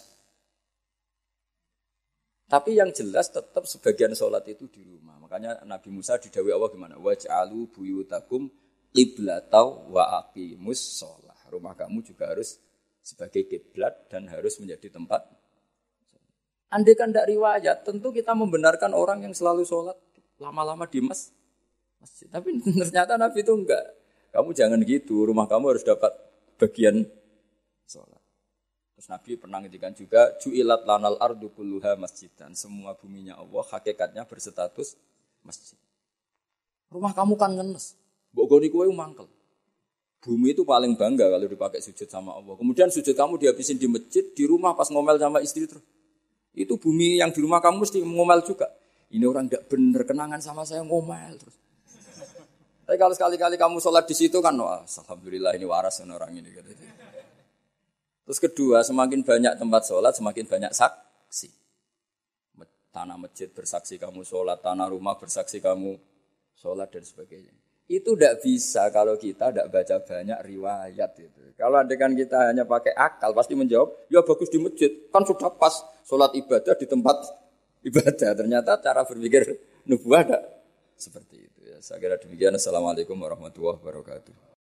A: Tapi yang jelas tetap sebagian sholat itu di rumah. Makanya Nabi Musa didhawuhi Allah gimana? Waj'alu buyutakum qiblatau wa aqimus sholah. Rumah kamu juga harus sebagai kiblat dan harus menjadi tempat. Andai kan tidak riwayat, tentu kita membenarkan orang yang selalu sholat lama-lama di mas, masjid. Tapi ternyata Nabi itu enggak. Kamu jangan gitu, rumah kamu harus dapat bagian sholat. Terus Nabi pernah ngendikan juga, ju'ilat lanal ardu kulluha masjidan. Semua buminya Allah, hakikatnya berstatus masjid. Rumah kamu kan ngenes. Mbok goni kowe mangkel. Bumi itu paling bangga kalau dipakai sujud sama Allah. Kemudian sujud kamu dihabisin di masjid, di rumah pas ngomel sama istri terus. Itu bumi yang di rumah kamu mesti ngomel juga. Ini orang tidak benar, kenangan sama saya ngomel terus. Tapi kalau sekali-kali kamu sholat di situ kan, wah, alhamdulillah ini waras orang ini. Terus kedua, semakin banyak tempat sholat, semakin banyak saksi. Tanah masjid bersaksi kamu sholat, tanah rumah bersaksi kamu sholat dan sebagainya. Itu tidak bisa kalau kita tidak baca banyak riwayat itu. Kalau adegan kita hanya pakai akal, pasti menjawab, ya bagus di masjid, kan sudah pas sholat ibadah di tempat ibadah. Ternyata cara berpikir nubuah ada seperti itu. Ya, saya kira demikian. Assalamualaikum warahmatullahi wabarakatuh.